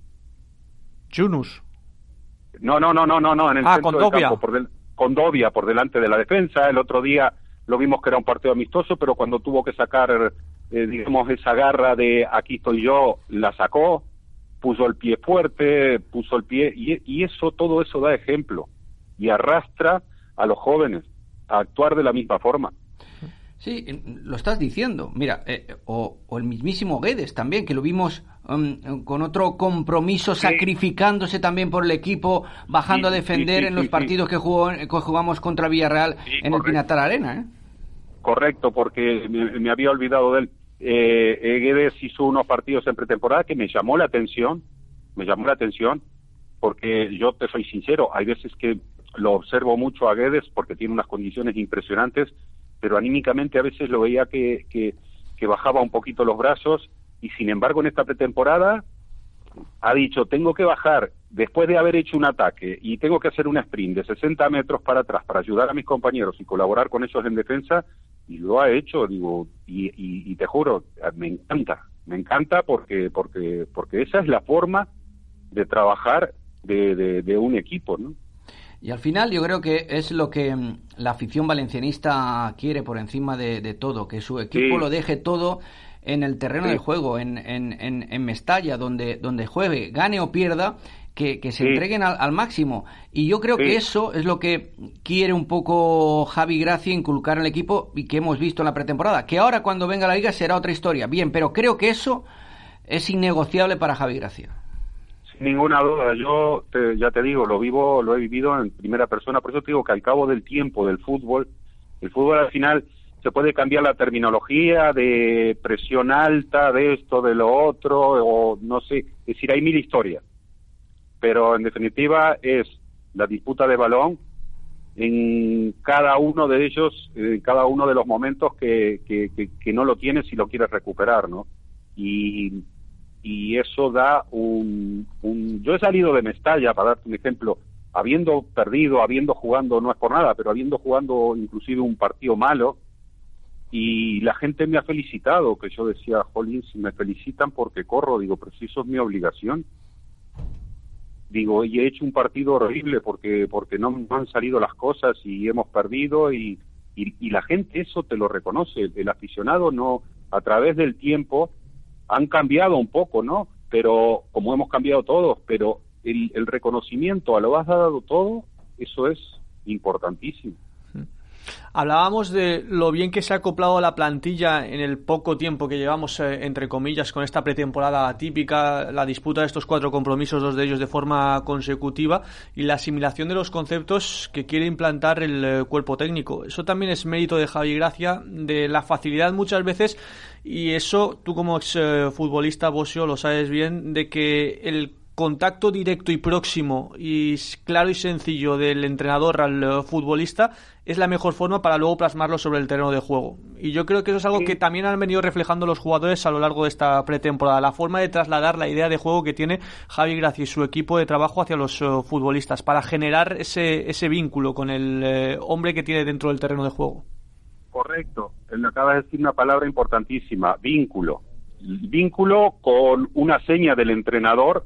I: Yunus.
Q: No, no, no, no, no, no, en el
I: ah,
Q: centro del campo, por del, Condovia por delante de la defensa. El otro día lo vimos que era un partido amistoso, pero cuando tuvo que sacar, eh, digamos, esa garra de aquí estoy yo, la sacó, puso el pie fuerte, puso el pie, y, y eso, todo eso da ejemplo, y arrastra a los jóvenes a actuar de la misma forma.
H: Sí, lo estás diciendo. Mira, eh, o, o el mismísimo Guedes también, que lo vimos um, con otro compromiso, sí, sacrificándose también por el equipo, bajando sí, a defender sí, sí, en los sí, partidos sí. que, jugó, que jugamos contra Villarreal sí, en correcto. El Pinatar Arena. ¿eh?
Q: Correcto, porque me, me había olvidado de él. Es Eh, Guedes hizo unos partidos en pretemporada que me llamó la atención, me llamó la atención, porque yo te soy sincero, hay veces que lo observo mucho a Guedes porque tiene unas condiciones impresionantes, pero anímicamente a veces lo veía que, que, que bajaba un poquito los brazos, y sin embargo en esta pretemporada ha dicho, tengo que bajar después de haber hecho un ataque y tengo que hacer un sprint de sesenta metros para atrás para ayudar a mis compañeros y colaborar con ellos en defensa, y lo ha hecho, digo, y, y, y te juro, me encanta, me encanta porque porque porque esa es la forma de trabajar de, de, de un equipo, ¿no?
H: Y al final yo creo que es lo que la afición valencianista quiere por encima de, de todo, que su equipo sí. lo deje todo en el terreno sí. de juego, en, en, en, en Mestalla, donde, donde juegue, gane o pierda, que, que se sí. entreguen al, al máximo. Y yo creo sí. que eso es lo que quiere un poco Javi Gracia inculcar en el equipo y que hemos visto en la pretemporada. Que ahora cuando venga la Liga será otra historia. Bien, pero creo que eso es innegociable para Javi Gracia.
Q: Sin ninguna duda. Yo te, ya te digo, lo vivo, lo he vivido en primera persona. Por eso te digo que al cabo del tiempo del fútbol, el fútbol al final se puede cambiar la terminología de presión alta, de esto, de lo otro, o no sé, es decir, hay mil historias. Pero en definitiva es la disputa de balón en cada uno de ellos, en cada uno de los momentos que, que, que, que no lo tienes y lo quieres recuperar, ¿no? Y, y eso da un, un... Yo he salido de Mestalla, para darte un ejemplo, habiendo perdido, habiendo jugando, no es por nada, pero habiendo jugando inclusive un partido malo, y la gente me ha felicitado, que yo decía, jolín, si me felicitan porque corro, digo, pero si eso es mi obligación. Digo, y he hecho un partido horrible porque porque no, no han salido las cosas y hemos perdido, y, y, y la gente eso te lo reconoce. El, el aficionado no, a través del tiempo han cambiado un poco, ¿no? Pero, como hemos cambiado todos, pero el, el reconocimiento a lo has dado todo, eso es importantísimo.
I: Hablábamos de lo bien que se ha acoplado la plantilla en el poco tiempo que llevamos, eh, entre comillas, con esta pretemporada atípica, la disputa de estos cuatro compromisos, dos de ellos de forma consecutiva, y la asimilación de los conceptos que quiere implantar el eh, cuerpo técnico. Eso también es mérito de Javi Gracia, de la facilidad muchas veces, y eso tú como ex eh, futbolista, Bosio, lo sabes bien, de que el contacto directo y próximo y claro y sencillo del entrenador al uh, futbolista es la mejor forma para luego plasmarlo sobre el terreno de juego. Y yo creo que eso es algo sí. que también han venido reflejando los jugadores a lo largo de esta pretemporada, la forma de trasladar la idea de juego que tiene Javi Gracia y su equipo de trabajo hacia los uh, futbolistas para generar ese ese vínculo con el uh, hombre que tiene dentro del terreno de juego.
Q: Correcto, él acaba de decir una palabra importantísima, vínculo. Vínculo con una seña del entrenador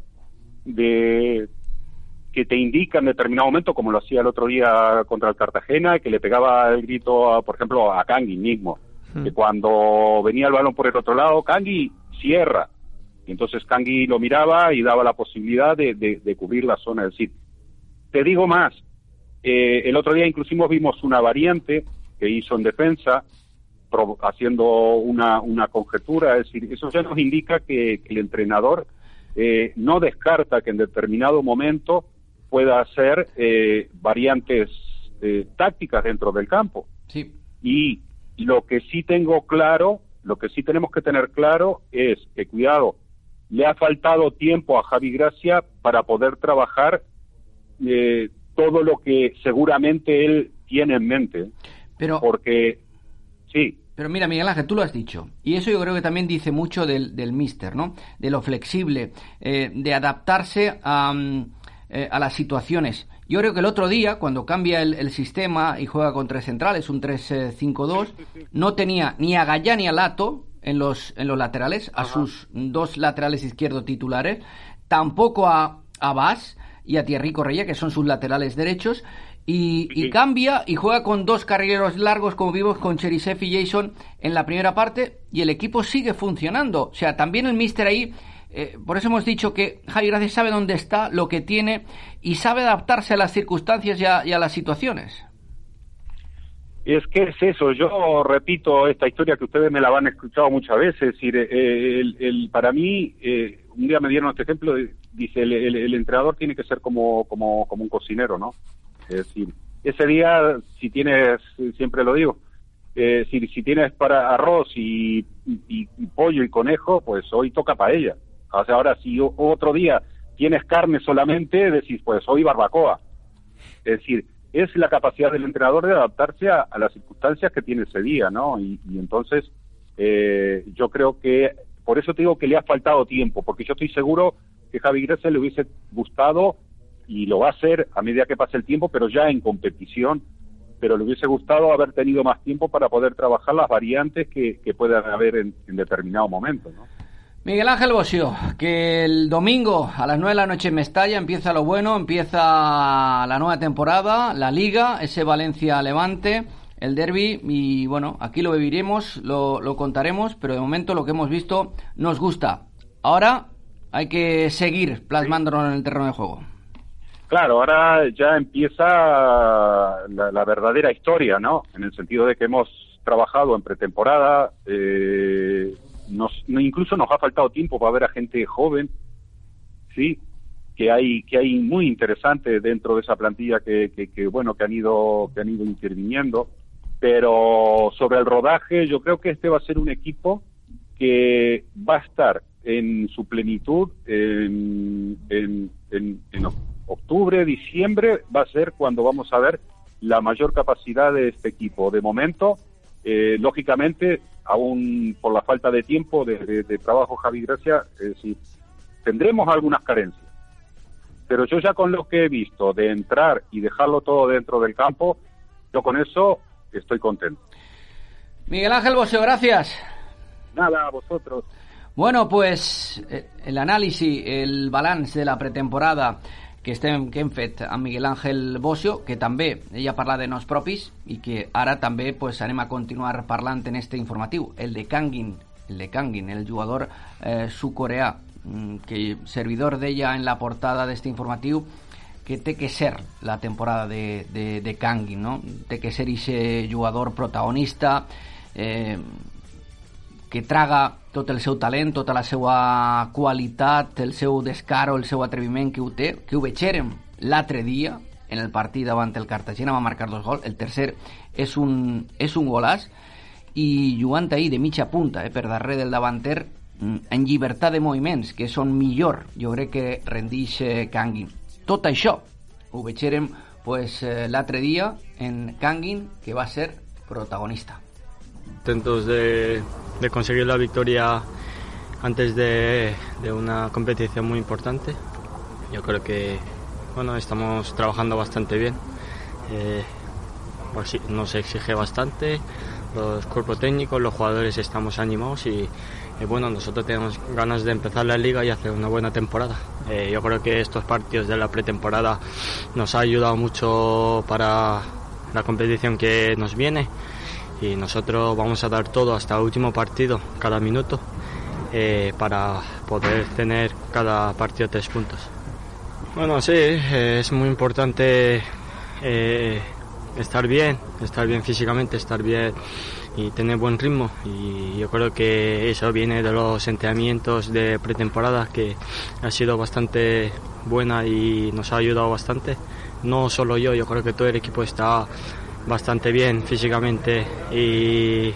Q: de que te indica en determinado momento, como lo hacía el otro día contra el Cartagena, que le pegaba el grito, a, por ejemplo, a Kangui mismo, hmm. que cuando venía el balón por el otro lado, Kangui cierra, y entonces Kangui lo miraba y daba la posibilidad de, de, de cubrir la zona. Es decir, te digo más, eh, el otro día inclusive vimos una variante que hizo en defensa, pro, haciendo una, una conjetura, es decir, eso ya nos indica que, que el entrenador Eh, no descarta que en determinado momento pueda hacer eh, variantes eh, tácticas dentro del campo.
H: Sí.
Q: Y lo que sí tengo claro, lo que sí tenemos que tener claro es que, cuidado, le ha faltado tiempo a Javi Gracia para poder trabajar eh, todo lo que seguramente él tiene en mente.
H: Pero...
Q: Porque, sí...
H: Pero mira, Miguel Ángel, tú lo has dicho, y eso yo creo que también dice mucho del, del míster, ¿no? De lo flexible, eh, de adaptarse a, eh, a las situaciones. Yo creo que el otro día, cuando cambia el, el sistema y juega con tres centrales, un tres cinco dos, no tenía ni a Gallá ni a Lato en los, en los laterales, a Ajá. sus dos laterales izquierdos titulares, tampoco a, a Bas y a Thierry Correia, que son sus laterales derechos, Y, y cambia y juega con dos carrileros largos, como vimos con Cherisev y Jason en la primera parte, y el equipo sigue funcionando. O sea, también el míster ahí, eh, por eso hemos dicho que Javi Gracia sabe dónde está, lo que tiene, y sabe adaptarse a las circunstancias y a, y a las situaciones.
Q: Es que es eso, yo repito esta historia que ustedes me la han escuchado muchas veces, es decir, eh, el, el, para mí, eh, un día me dieron este ejemplo, dice, el, el, el entrenador tiene que ser como, como, como un cocinero, ¿no? Es decir, ese día, si tienes, siempre lo digo, Eh, si, si tienes para arroz y, y, y pollo y conejo, pues hoy toca paella. O sea, ahora si o, otro día tienes carne solamente, decís, pues hoy barbacoa. Es decir, es la capacidad del entrenador de adaptarse a, a las circunstancias que tiene ese día, ¿no? Y, y entonces eh, yo creo que, por eso te digo que le ha faltado tiempo, porque yo estoy seguro que Javi Gracia le hubiese gustado, y lo va a hacer a medida que pase el tiempo, pero ya en competición, pero le hubiese gustado haber tenido más tiempo para poder trabajar las variantes que, que puedan haber en, en determinado momento, ¿no?
H: Miguel Ángel Bosio, que el domingo a las nueve de la noche en Mestalla empieza lo bueno, empieza la nueva temporada, la Liga, ese Valencia-Levante, el derbi, y bueno, aquí lo viviremos, lo, lo contaremos, pero de momento lo que hemos visto nos gusta. Ahora hay que seguir plasmándolo en el terreno de juego.
Q: Claro, ahora ya empieza la, la verdadera historia, ¿no? En el sentido de que hemos trabajado en pretemporada, eh, nos, incluso nos ha faltado tiempo para ver a gente joven, sí, que hay que hay muy interesante dentro de esa plantilla que, que, que bueno que han ido que han ido interviniendo, pero sobre el rodaje yo creo que este va a ser un equipo que va a estar en su plenitud en en, en, en octubre, diciembre, va a ser cuando vamos a ver la mayor capacidad de este equipo. De momento, eh, lógicamente, aún por la falta de tiempo de, de, de trabajo Javi Gracia, es decir, tendremos algunas carencias. Pero yo ya con lo que he visto de entrar y dejarlo todo dentro del campo, yo con eso estoy contento.
H: Miguel Ángel Bosio, gracias.
Q: Nada, a vosotros.
H: Bueno, pues el análisis, el balance de la pretemporada que estem, que hem fet amb Miguel Ángel Bosio, que també ella parla de nos propis i que ara també pues, anem a continuar parlant en este informatiu, el de Kangin, el de Kangin, el jugador eh, sud-coreà, que servidor d'ella en la portada d'este informatiu, que té que ser la temporada de, de, de Kangin, no? Té que ser ese jugador protagonista, eh, que traga tot el seu talent, tota la seva qualitat, el seu descaro, el seu atreviment que ho té, que ho veixérem l'altre dia en el partit davant el Cartagena, va marcar dos gols, el tercer és un, és un golaç, i jugant ahir de mitja punta, eh, per darrere del davanter, en llibertat de moviments, que són millor, jo crec que rendix eh, Kangin. Tot això ho veixérem pues, eh, l'altre dia en Kangin, que va ser protagonista.
R: Contentos de, de conseguir la victoria antes de, de una competición muy importante. Yo creo que bueno, estamos trabajando bastante bien. Eh, pues nos exige bastante, los cuerpos técnicos, los jugadores estamos animados y, y bueno, nosotros tenemos ganas de empezar la liga y hacer una buena temporada. Eh, yo creo que estos partidos de la pretemporada nos ha ayudado mucho para la competición que nos viene. Y nosotros vamos a dar todo hasta el último partido, cada minuto, eh, para poder tener cada partido tres puntos. Bueno, sí, eh, es muy importante eh, estar bien, estar bien físicamente, estar bien y tener buen ritmo. Y yo creo que eso viene de los entrenamientos de pretemporada, que ha sido bastante buena y nos ha ayudado bastante. No solo yo, yo creo que todo el equipo está bastante bien físicamente y,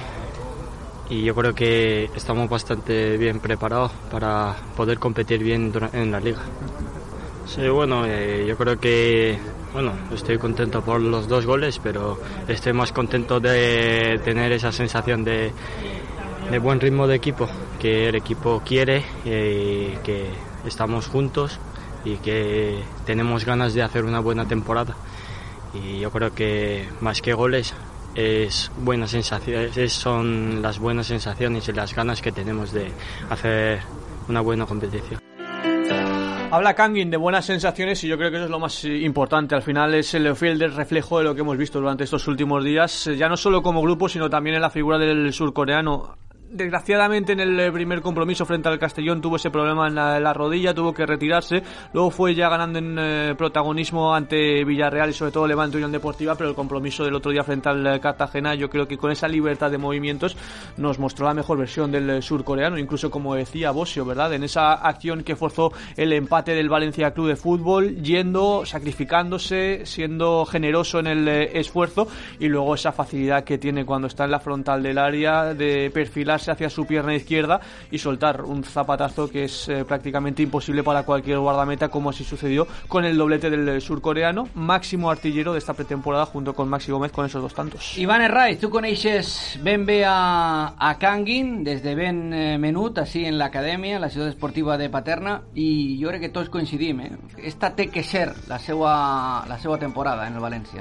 R: y yo creo que estamos bastante bien preparados para poder competir bien en la liga. Sí, bueno, eh, yo creo que bueno, estoy contento por los dos goles, pero estoy más contento de tener esa sensación de, de buen ritmo de equipo, que el equipo quiere, eh, que estamos juntos y que tenemos ganas de hacer una buena temporada. Y yo creo que más que goles es buenas sensaciones, son las buenas sensaciones y las ganas que tenemos de hacer una buena competición.
I: Habla Kangin de buenas sensaciones y yo creo que eso es lo más importante. Al final es el fiel del reflejo de lo que hemos visto durante estos últimos días, ya no solo como grupo, sino también en la figura del surcoreano. desgraciadamente en el primer compromiso frente al Castellón tuvo ese problema en la, en la rodilla, tuvo que retirarse, luego fue ya ganando en eh, protagonismo ante Villarreal y sobre todo Levante Unión Deportiva, pero el compromiso del otro día frente al Cartagena, yo creo que con esa libertad de movimientos nos mostró la mejor versión del surcoreano, incluso como decía Bosio, ¿verdad? En esa acción que forzó el empate del Valencia Club de Fútbol, yendo, sacrificándose, siendo generoso en el eh, esfuerzo, y luego esa facilidad que tiene cuando está en la frontal del área de perfilar hacia su pierna izquierda y soltar un zapatazo que es eh, prácticamente imposible para cualquier guardameta, como así sucedió con el doblete del surcoreano, máximo artillero de esta pretemporada junto con Maxi Gómez con esos dos tantos.
H: Iván Herraiz, tu coneixes ben bé a, a Canguin des de ben eh, menut, així en l'acadèmia, la ciutat esportiva de Paterna, i jo crec que tots coincidim, eh? Esta té que ser la seva, la seva temporada en el València.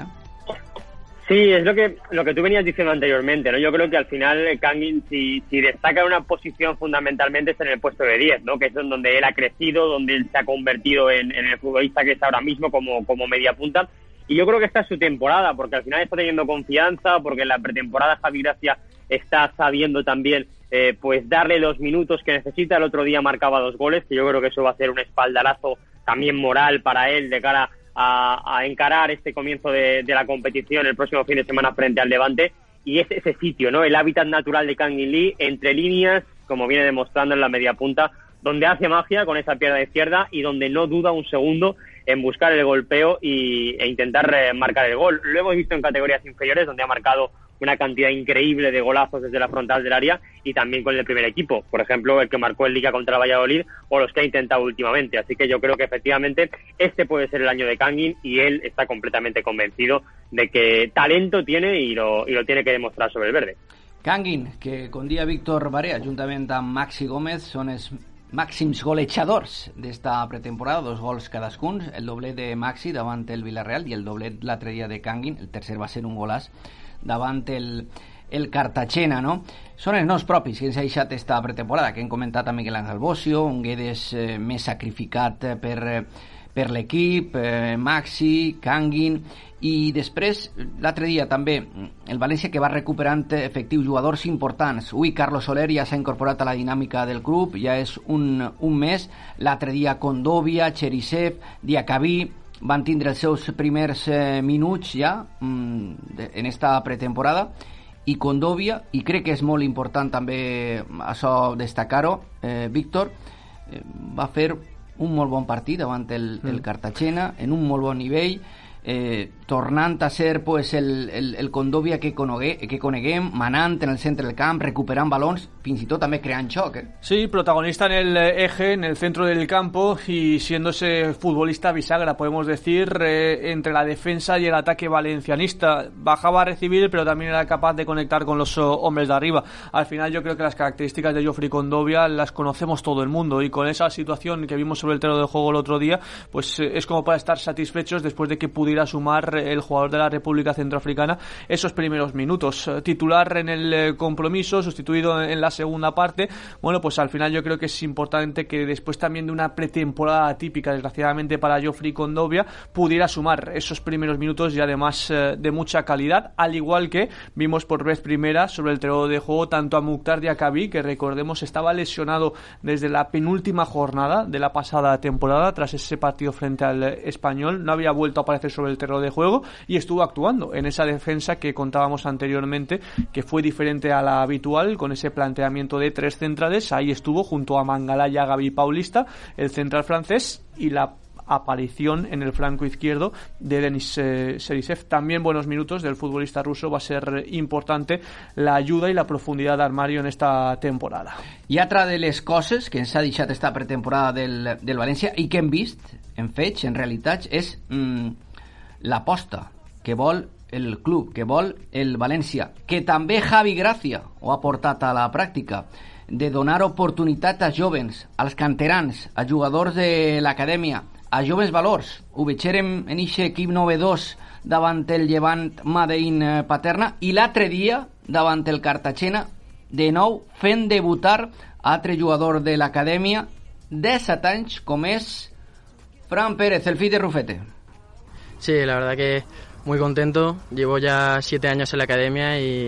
J: Sí, es lo que lo que tú venías diciendo anteriormente, ¿no? Yo creo que al final Canguin, si, si destaca en una posición fundamentalmente es en el puesto de diez, ¿no? Que es donde él ha crecido, donde él se ha convertido en, en el futbolista que es ahora mismo como, como media punta. Y yo creo que esta es su temporada, porque al final está teniendo confianza, porque en la pretemporada Javi Gracia está sabiendo también eh, pues darle los minutos que necesita. El otro día marcaba dos goles, que yo creo que eso va a ser un espaldarazo también moral para él de cara A, a encarar este comienzo de, de la competición el próximo fin de semana frente al Levante, y es ese sitio, ¿no? El hábitat natural de Kangin Lee, entre líneas, como viene demostrando en la media punta, donde hace magia con esa pierna izquierda y donde no duda un segundo en buscar el golpeo y, e intentar eh, marcar el gol. Lo hemos visto en categorías inferiores, donde ha marcado una cantidad increíble de golazos desde la frontal del área, y también con el primer equipo, por ejemplo el que marcó en Liga contra el Valladolid o los que ha intentado últimamente. Así que yo creo que efectivamente este puede ser el año de Canguin, y él está completamente convencido de que talento tiene y lo, y lo tiene que demostrar sobre el verde.
H: Canguin, que con dia Víctor Barea juntament amb Maxi Gómez són els màxims golejadors d'esta pretemporada, dos gols cadascun, el doblet de Maxi davant el Villarreal i el doblet l'altre dia de Canguin, el tercer va ser un golàs davant el, el Cartagena, no? Són els noms propis que ens ha deixat esta pretemporada, que hem comentat a Miguel Ángel Bosio, un Guedes eh, més sacrificat per, per l'equip, eh, Maxi, Canguin, i després, l'altre dia també, el València que va recuperant efectius jugadors importants. Ui, Carlos Soler ja s'ha incorporat a la dinàmica del club, ja és un, un mes. L'altre dia Condovia, Cherisev, Diacabí van tindre els seus primers eh, minuts ja mm, de, en esta pretemporada, i Condovia, i crec que és molt important també això destacar-ho, eh, Víctor, eh, va fer un molt bon partit davant el, el Cartagena, en un molt bon nivell, eh, tornant a ser pues, el, el, el Condovia que, conegue, que coneguem, manant en el centre del camp, recuperant balons, fins i tot també creant xoc. Eh?
I: Sí, protagonista en el eje, en el centro del campo, y siendo ese futbolista bisagra, podemos decir, eh, entre la defensa y el ataque valencianista. Bajaba a recibir, pero también era capaz de conectar con los oh, hombres de arriba. Al final yo creo que las características de Geoffrey Condovia las conocemos todo el mundo, y con esa situación que vimos sobre el terreno de juego el otro día, pues eh, es como para estar satisfechos después de que pudiera sumar el jugador de la República Centroafricana esos primeros minutos. Titular en el compromiso, sustituido en la segunda parte. Bueno, pues al final yo creo que es importante que después también de una pretemporada típica, desgraciadamente para Geoffrey Condovia, pudiera sumar esos primeros minutos y además eh, de mucha calidad, al igual que vimos por vez primera sobre el terreno de juego tanto a Mukhtar Diakhaby, que recordemos estaba lesionado desde la penúltima jornada de la pasada temporada tras ese partido frente al Español, no había vuelto a aparecer sobre el terreno de juego y estuvo actuando en esa defensa que contábamos anteriormente, que fue diferente a la habitual, con ese planteamiento de tres centrales. Ahí estuvo junto a Mangalaya, Gaby Paulista, el central francés, y la aparición en el flanco izquierdo de Denis eh, Serisev. También buenos minutos del futbolista ruso. Va a ser importante la ayuda y la profundidad de armario en esta temporada.
H: I altra de les coses que ens ha deixat esta pretemporada del, del València i que hem vist en fets, en realitats, és mm, l'aposta que vol el club, que vol el València, que també Javi Gracia ho ha portat a la pràctica, de donar oportunitat a jovens, als canterans, a jugadors de l'acadèmia, a joves valors. Ho veiem en aquest equip novedós davant el Llevant Madein Paterna, i l'altre dia davant el Cartagena, de nou fent debutar altre jugador de l'acadèmia de set anys, com és Fran Pérez, el fill de Rufete.
S: Sí, la verdad que muy contento. Llevo ya siete años en la academia y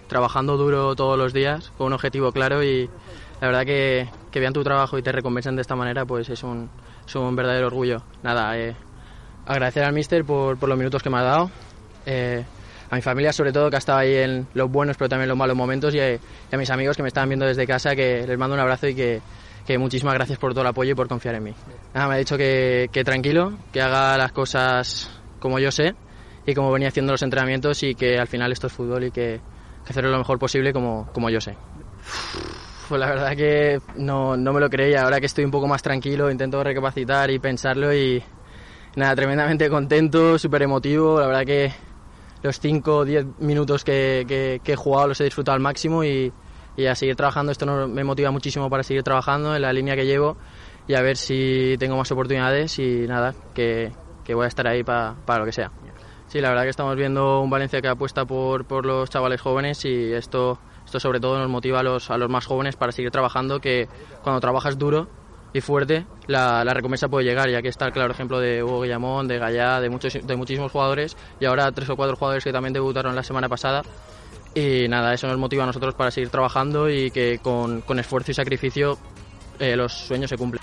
S: trabajando duro todos los días, con un objetivo claro, y la verdad que, que vean tu trabajo y te recompensen de esta manera, pues es un, es un verdadero orgullo. Nada, eh, agradecer al míster por, por los minutos que me ha dado, eh, a mi familia sobre todo, que ha estado ahí en los buenos pero también en los malos momentos, y a, y a mis amigos que me estaban viendo desde casa, que les mando un abrazo y que, que muchísimas gracias por todo el apoyo y por confiar en mí. Nada, me ha dicho que, que tranquilo, que haga las cosas como yo sé y como venía haciendo los entrenamientos, y que al final esto es fútbol y que, que hacerlo lo mejor posible como, como yo sé. Pues la verdad que no, no me lo creía. Ahora que estoy un poco más tranquilo, intento recapacitar y pensarlo, y nada, tremendamente contento, súper emotivo. La verdad que los cinco o diez minutos que, que, que he jugado los he disfrutado al máximo, y, y a seguir trabajando. Esto no, me motiva muchísimo para seguir trabajando en la línea que llevo y a ver si tengo más oportunidades, y nada, que, que voy a estar ahí pa, para lo que sea. Sí, la verdad que estamos viendo un Valencia que apuesta por, por los chavales jóvenes, y esto, esto sobre todo nos motiva a los, a los más jóvenes para seguir trabajando, que cuando trabajas duro y fuerte, la, la recompensa puede llegar, ya que está el claro ejemplo de Hugo Guillamón, de Gallá, de, muchos, de muchísimos jugadores, y ahora tres o cuatro jugadores que también debutaron la semana pasada. Y nada, eso nos motiva a nosotros para seguir trabajando, y que con, con esfuerzo y sacrificio eh, los sueños se cumplen.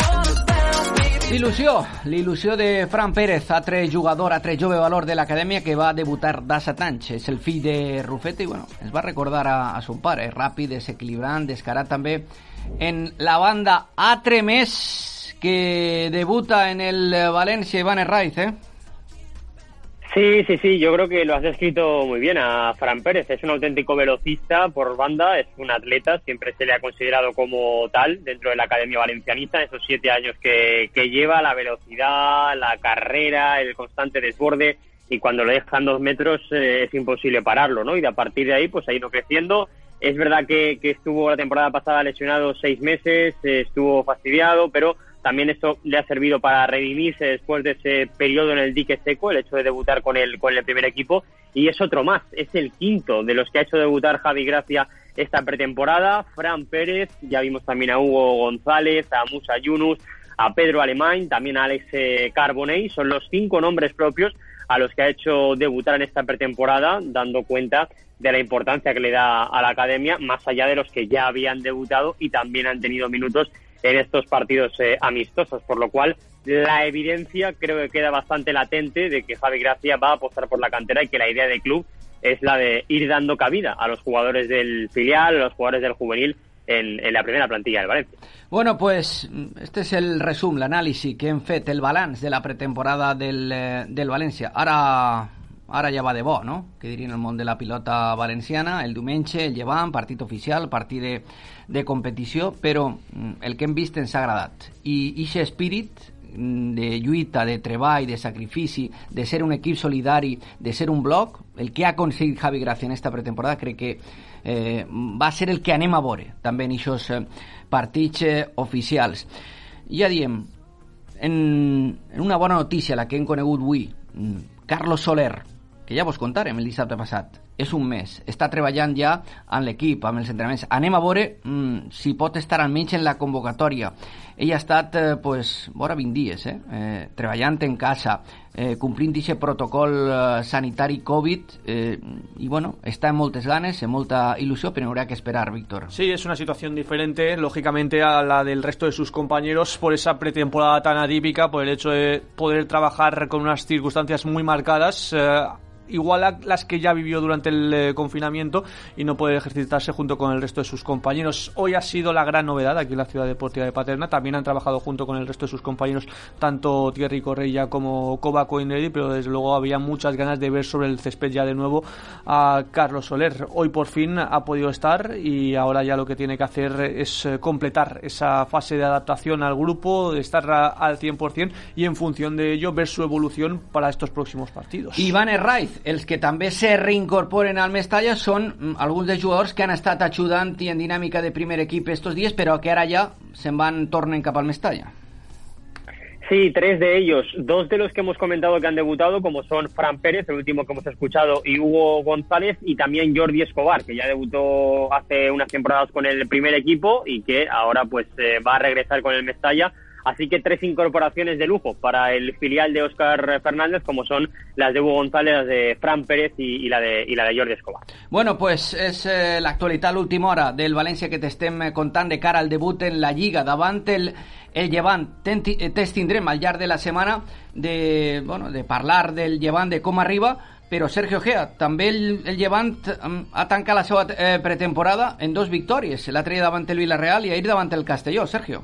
H: L'il·lusió, l'il·lusió de Fran Pérez, altre jugador, altre jove valor de l'acadèmia que va debutar de set anys. És el fill de Rufete i bueno, es va recordar a, a son pare, ràpid, desequilibrant, descarat també en la banda. Altre més que debuta en el València, Iván Herraiz, ¿eh?
J: Sí, sí, sí, yo creo que lo has descrito muy bien a Fran Pérez. Es un auténtico velocista por banda, es un atleta, siempre se le ha considerado como tal dentro de la Academia Valencianista, esos siete años que, que lleva, la velocidad, la carrera, el constante desborde, y cuando lo dejan dos metros eh, es imposible pararlo, ¿no? Y de a partir de ahí pues ha ido creciendo. Es verdad que, que estuvo la temporada pasada lesionado seis meses, eh, estuvo fastidiado, pero también esto le ha servido para redimirse después de ese periodo en el dique seco, el hecho de debutar con el, con el primer equipo, y es otro más, es el quinto de los que ha hecho debutar Javi Gracia esta pretemporada. Fran Pérez, ya vimos también a Hugo González, a Musa Yunus, a Pedro Alemany, también a Alex eh, Carbonell, son los cinco nombres propios a los que ha hecho debutar en esta pretemporada, dando cuenta de la importancia que le da a la academia, más allá de los que ya habían debutado y también han tenido minutos en estos partidos eh, amistosos, por lo cual la evidencia creo que queda bastante latente de que Javi Gracia va a apostar por la cantera, y que la idea del club es la de ir dando cabida a los jugadores del filial, a los jugadores del juvenil en, en la primera plantilla del Valencia.
H: Bueno, pues este és el resum, l'anàlisi que hem fet, el balanç de la pretemporada del, eh, del València. Ara... Ara ja va de bo, no? Que dirien el món de la pilota valenciana. El diumenge, el llevant, partit oficial, partit de, de competició, però el que hem vist ens ha agradat. I aquest espírit de lluita, de treball, de sacrifici, de ser un equip solidari, de ser un bloc, el que ha aconseguit Javi Gracia en esta pretemporada, crec que eh, va ser el que anem a veure també en aquests eh, partits eh, oficials. Ja diem, en, en una bona notícia, la que hem conegut avui, Carlos Soler, que ja vos contarem el dissabte passat, és un mes, està treballant ja amb l'equip, amb els entrenaments. Anem a veure mm, si pot estar almenys en la convocatòria. Ell ha estat, eh, pues, vora vint dies, eh, eh, treballant en casa, eh, complint aquest protocol eh, sanitari Covid, eh, i bueno, està en moltes ganes, en molta ilusió, pero habrá que esperar, Víctor.
I: Sí, es una situación diferente, lógicamente, a la del resto de sus compañeros, por esa pretemporada tan atípica, por el hecho de poder trabajar con unas circunstancias muy marcadas, eh, igual a las que ya vivió durante el eh, confinamiento, y no poder ejercitarse junto con el resto de sus compañeros. Hoy ha sido la gran novedad aquí en la Ciudad Deportiva de Paterna. También han trabajado junto con el resto de sus compañeros tanto Thierry Correia como Koba Coinelli, pero desde luego había muchas ganas de ver sobre el césped ya de nuevo a Carlos Soler. Hoy por fin ha podido estar, y ahora ya lo que tiene que hacer es completar esa fase de adaptación al grupo, de estar a, al cien por ciento, y en función de ello ver su evolución para estos próximos partidos.
H: Iván Herraiz, els que també se reincorporen al Mestalla són alguns dels jugadors que han estat ajudant i en dinàmica de primer equip estos dies, però que ara ja se'n van, tornen cap al Mestalla.
J: Sí, tres de ellos, dos de los que hemos comentado que han debutado, como son Fran Pérez, el último que hemos escuchado, y Hugo González, y también Jordi Escobar, que ya debutó hace unas temporadas con el primer equipo y que ahora pues eh, va a regresar con el Mestalla Así que tres incorporaciones de lujo para el filial de Óscar Fernández, como son las de Hugo González, las de Fran Pérez y, y la de y la de Jordi Escobar.
H: Bueno, pues és eh, l'actualitat a l'última hora del València que t'estem contant de cara al debut en la Lliga davant el, el Llevant. Tens tindrem al llarg de la setmana de, bueno, de parlar del Llevant, de com arriba, però Sergio Gea, també el, el Llevant ha tancat la seva eh, pretemporada en dos victòries, l'altre dia davant el Villarreal i ahir davant el Castelló. Sergio.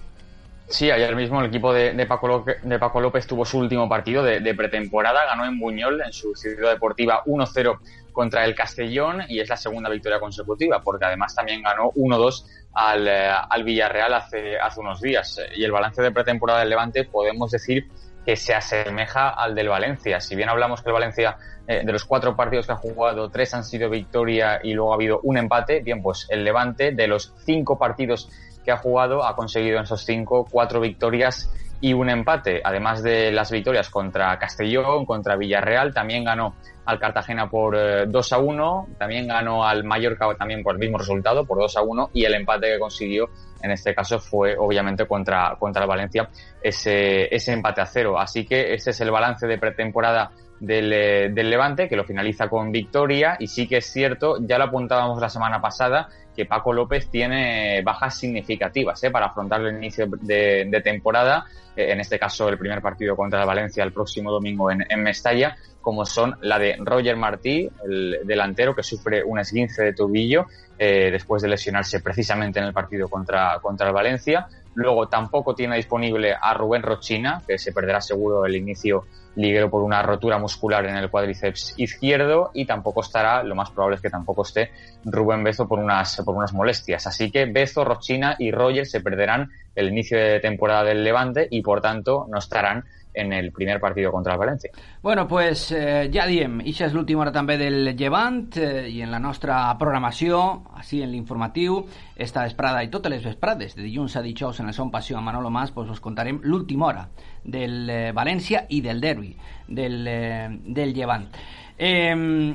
K: Sí, ayer mismo el equipo de, de, Paco López, de Paco López tuvo su último partido de, de pretemporada, ganó en Buñol, en su ciudad deportiva, uno cero contra el Castellón, y es la segunda victoria consecutiva, porque además también ganó uno dos al, eh, al Villarreal hace, hace unos días. Y el balance de pretemporada del Levante podemos decir que se asemeja al del Valencia. Si bien hablamos que el Valencia, eh, de los cuatro partidos que ha jugado, tres han sido victoria y luego ha habido un empate, bien, pues el Levante, de los cinco partidos que ha jugado, ha conseguido en esos cinco cuatro victorias y un empate. Además de las victorias contra Castellón, contra Villarreal, también ganó al Cartagena por eh, dos a uno, también ganó al Mallorca también por el mismo resultado, por dos a uno, y el empate que consiguió en este caso fue obviamente contra, contra el Valencia, ese, ese empate a cero. Así que ese es el balance de pretemporada del, del Levante, que lo finaliza con victoria. Y sí que es cierto, ya lo apuntábamos la semana pasada, que Paco López tiene bajas significativas ¿eh? para afrontar el inicio de, de temporada, eh, en este caso el primer partido contra el Valencia el próximo domingo en, en Mestalla, como son la de Roger Martí, el delantero que sufre un esguince de tobillo eh, después de lesionarse precisamente en el partido contra, contra el Valencia. Luego tampoco tiene disponible a Rubén Rochina, que se perderá seguro el inicio liguero por una rotura muscular en el cuádriceps izquierdo, y tampoco estará, lo más probable es que tampoco esté Rubén Bezo por unas, por unas molestias. Así que Bezo, Rochina y Roger se perderán el inicio de temporada del Levante y por tanto no estarán en el primer partido contra el Valencia.
H: Bueno, pues eh, ja diem, ixa és l'última hora també del Llevant eh, i en la nostra programació, així en l'informatiu, esta vesprada i totes les vesprades, de dilluns a dijous en el Son Passió amb Manolo Mas, pues us contarem l'última hora del eh, València i del derbi del, eh, del Llevant. Eh,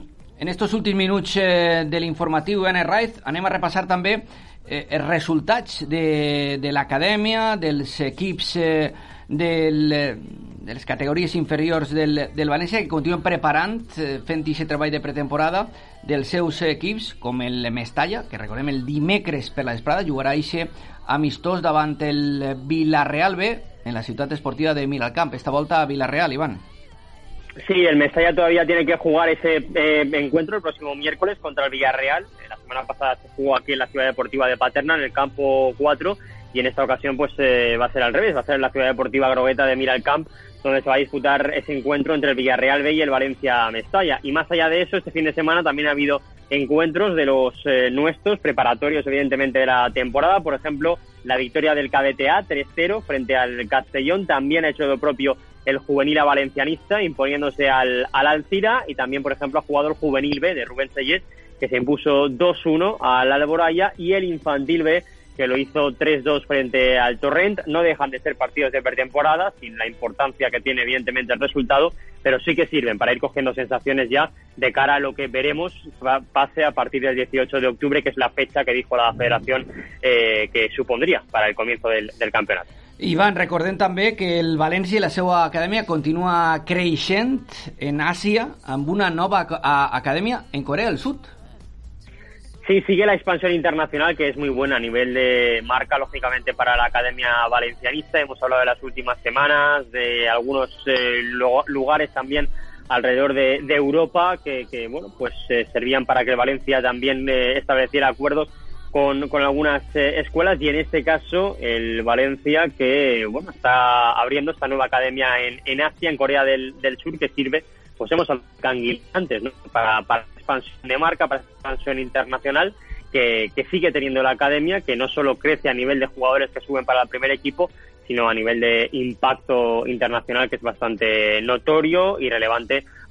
H: en estos últims minuts eh, de l'informatiu N Raiz anem a repassar també eh, els resultats de, de l'acadèmia, dels equips eh, del, de les categories inferiors del, del València, que continuen preparant, fent aquest treball de pretemporada dels seus equips, com el Mestalla, que recordem el dimecres per la vesprada jugarà aquest amistós davant el Villarreal B en la ciutat esportiva de Miralcamp. Esta volta a Villarreal, Iván.
J: Sí, el Mestalla todavía tiene que jugar ese eh, encuentro el próximo miércoles contra el Villarreal. La semana pasada se jugó aquí en la ciudad deportiva de Paterna, en el campo cuatro, y en esta ocasión pues eh, va a ser al revés, va a ser en la ciudad deportiva grogueta de Miralcamp, donde se va a disputar ese encuentro entre el Villarreal B y el Valencia Mestalla. Y más allá de eso, este fin de semana también ha habido encuentros de los eh, nuestros, preparatorios evidentemente de la temporada. Por ejemplo, la victoria del K B T A tres cero frente al Castellón. También ha hecho lo propio el juvenil A valencianista, imponiéndose al, al Alcira, y también, por ejemplo, ha jugado el juvenil B de Rubén Sellés, que se impuso dos uno al Alboraya, y el infantil B, que lo hizo tres dos frente al Torrent. No dejan de ser partidos de pretemporada, sin la importancia que tiene evidentemente el resultado, pero sí que sirven para ir cogiendo sensaciones ya de cara a lo que veremos pase a partir del dieciocho de octubre, que es la fecha que dijo la Federación eh, que supondría para el comienzo del, del campeonato.
H: Ivan, recordem també que el València i la seva acadèmia continua creixent en Àsia amb una nova acadèmia en Corea del Sud.
J: Sí, sigue la expansión internacional, que es muy buena a nivel de marca, lógicamente, para la Academia Valencianista. Hemos hablado de las últimas semanas, de algunos eh, lugares también alrededor de, de Europa que, que, bueno, pues eh, servían para que Valencia también eh, estableciera acuerdos con, con algunas eh, escuelas, y en este caso el Valencia, que, bueno, está abriendo esta nueva academia en, en Asia, en Corea del, del Sur, que sirve, pues hemos hablado antes, ¿no? Para, para expansión de marca, para expansión internacional, que, que sigue teniendo la academia, que no solo crece a nivel de jugadores que suben para el primer equipo, sino a nivel de impacto internacional, que es bastante notorio y relevante para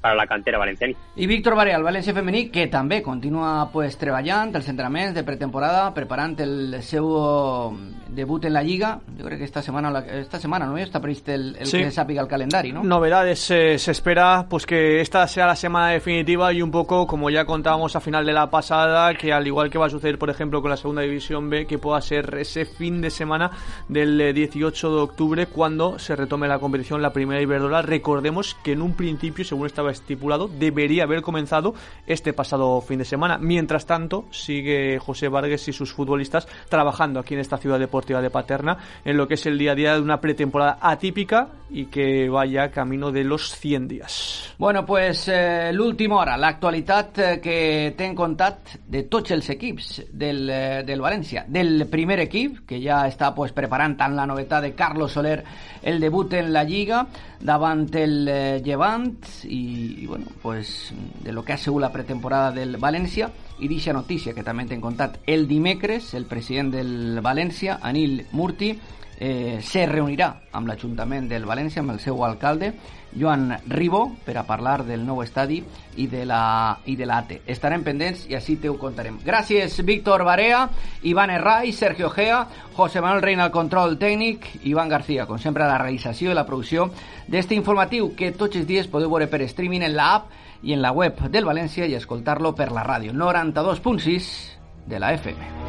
J: para la cantera valenciana.
H: I Víctor Barea, el València femení, que també continua pues, treballant els entrenaments de pretemporada, preparant el seu debut en la Lliga. Jo crec que esta setmana, esta setmana ¿no? Està previst el, el sí. que sàpiga el calendari, ¿no?
I: Novedades, eh, se espera pues que esta sea la semana definitiva y un poco como ya contábamos a final de la pasada, que al igual que va a suceder por ejemplo con la segunda división B, que pueda ser ese fin de semana del dieciocho de octubre cuando se retome la competición, la primera Iberdrola. Recordemos que en un principio, según estaba estipulado, debería haber comenzado este pasado fin de semana. Mientras tanto, sigue José Vargas y sus futbolistas trabajando aquí en esta ciudad deportiva de Paterna en lo que es el día a día de una pretemporada atípica y que vaya camino de los cien días.
H: Bueno, pues eh, l'última hora, l'actualitat eh, que t'hem contat de tots els equips del, eh, del València, del primer equip, que ja està pues, preparant tant la novetat de Carlos Soler el debut en la Lliga davant el eh, Llevant i, i bueno, pues, de lo que ha sigut la pretemporada del València. I dicha notícia que també t'hem contat el dimecres, el president del València, Anil Murti, eh, se reunirà amb l'Ajuntament del València, amb el seu alcalde Joan Ribó, per a parlar del nou estadi i de la i de l'A T E. Estarem pendents i així te ho contarem. Gràcies Víctor Barea, Iván Herray, Sergio Gea, José Manuel Reina al control tècnic, Iván García, com sempre a la realització i la producció d'este informatiu que tots els dies podeu veure per streaming en l'app i en la web del València i escoltar-lo per la ràdio noranta-dos punt sis de la F M.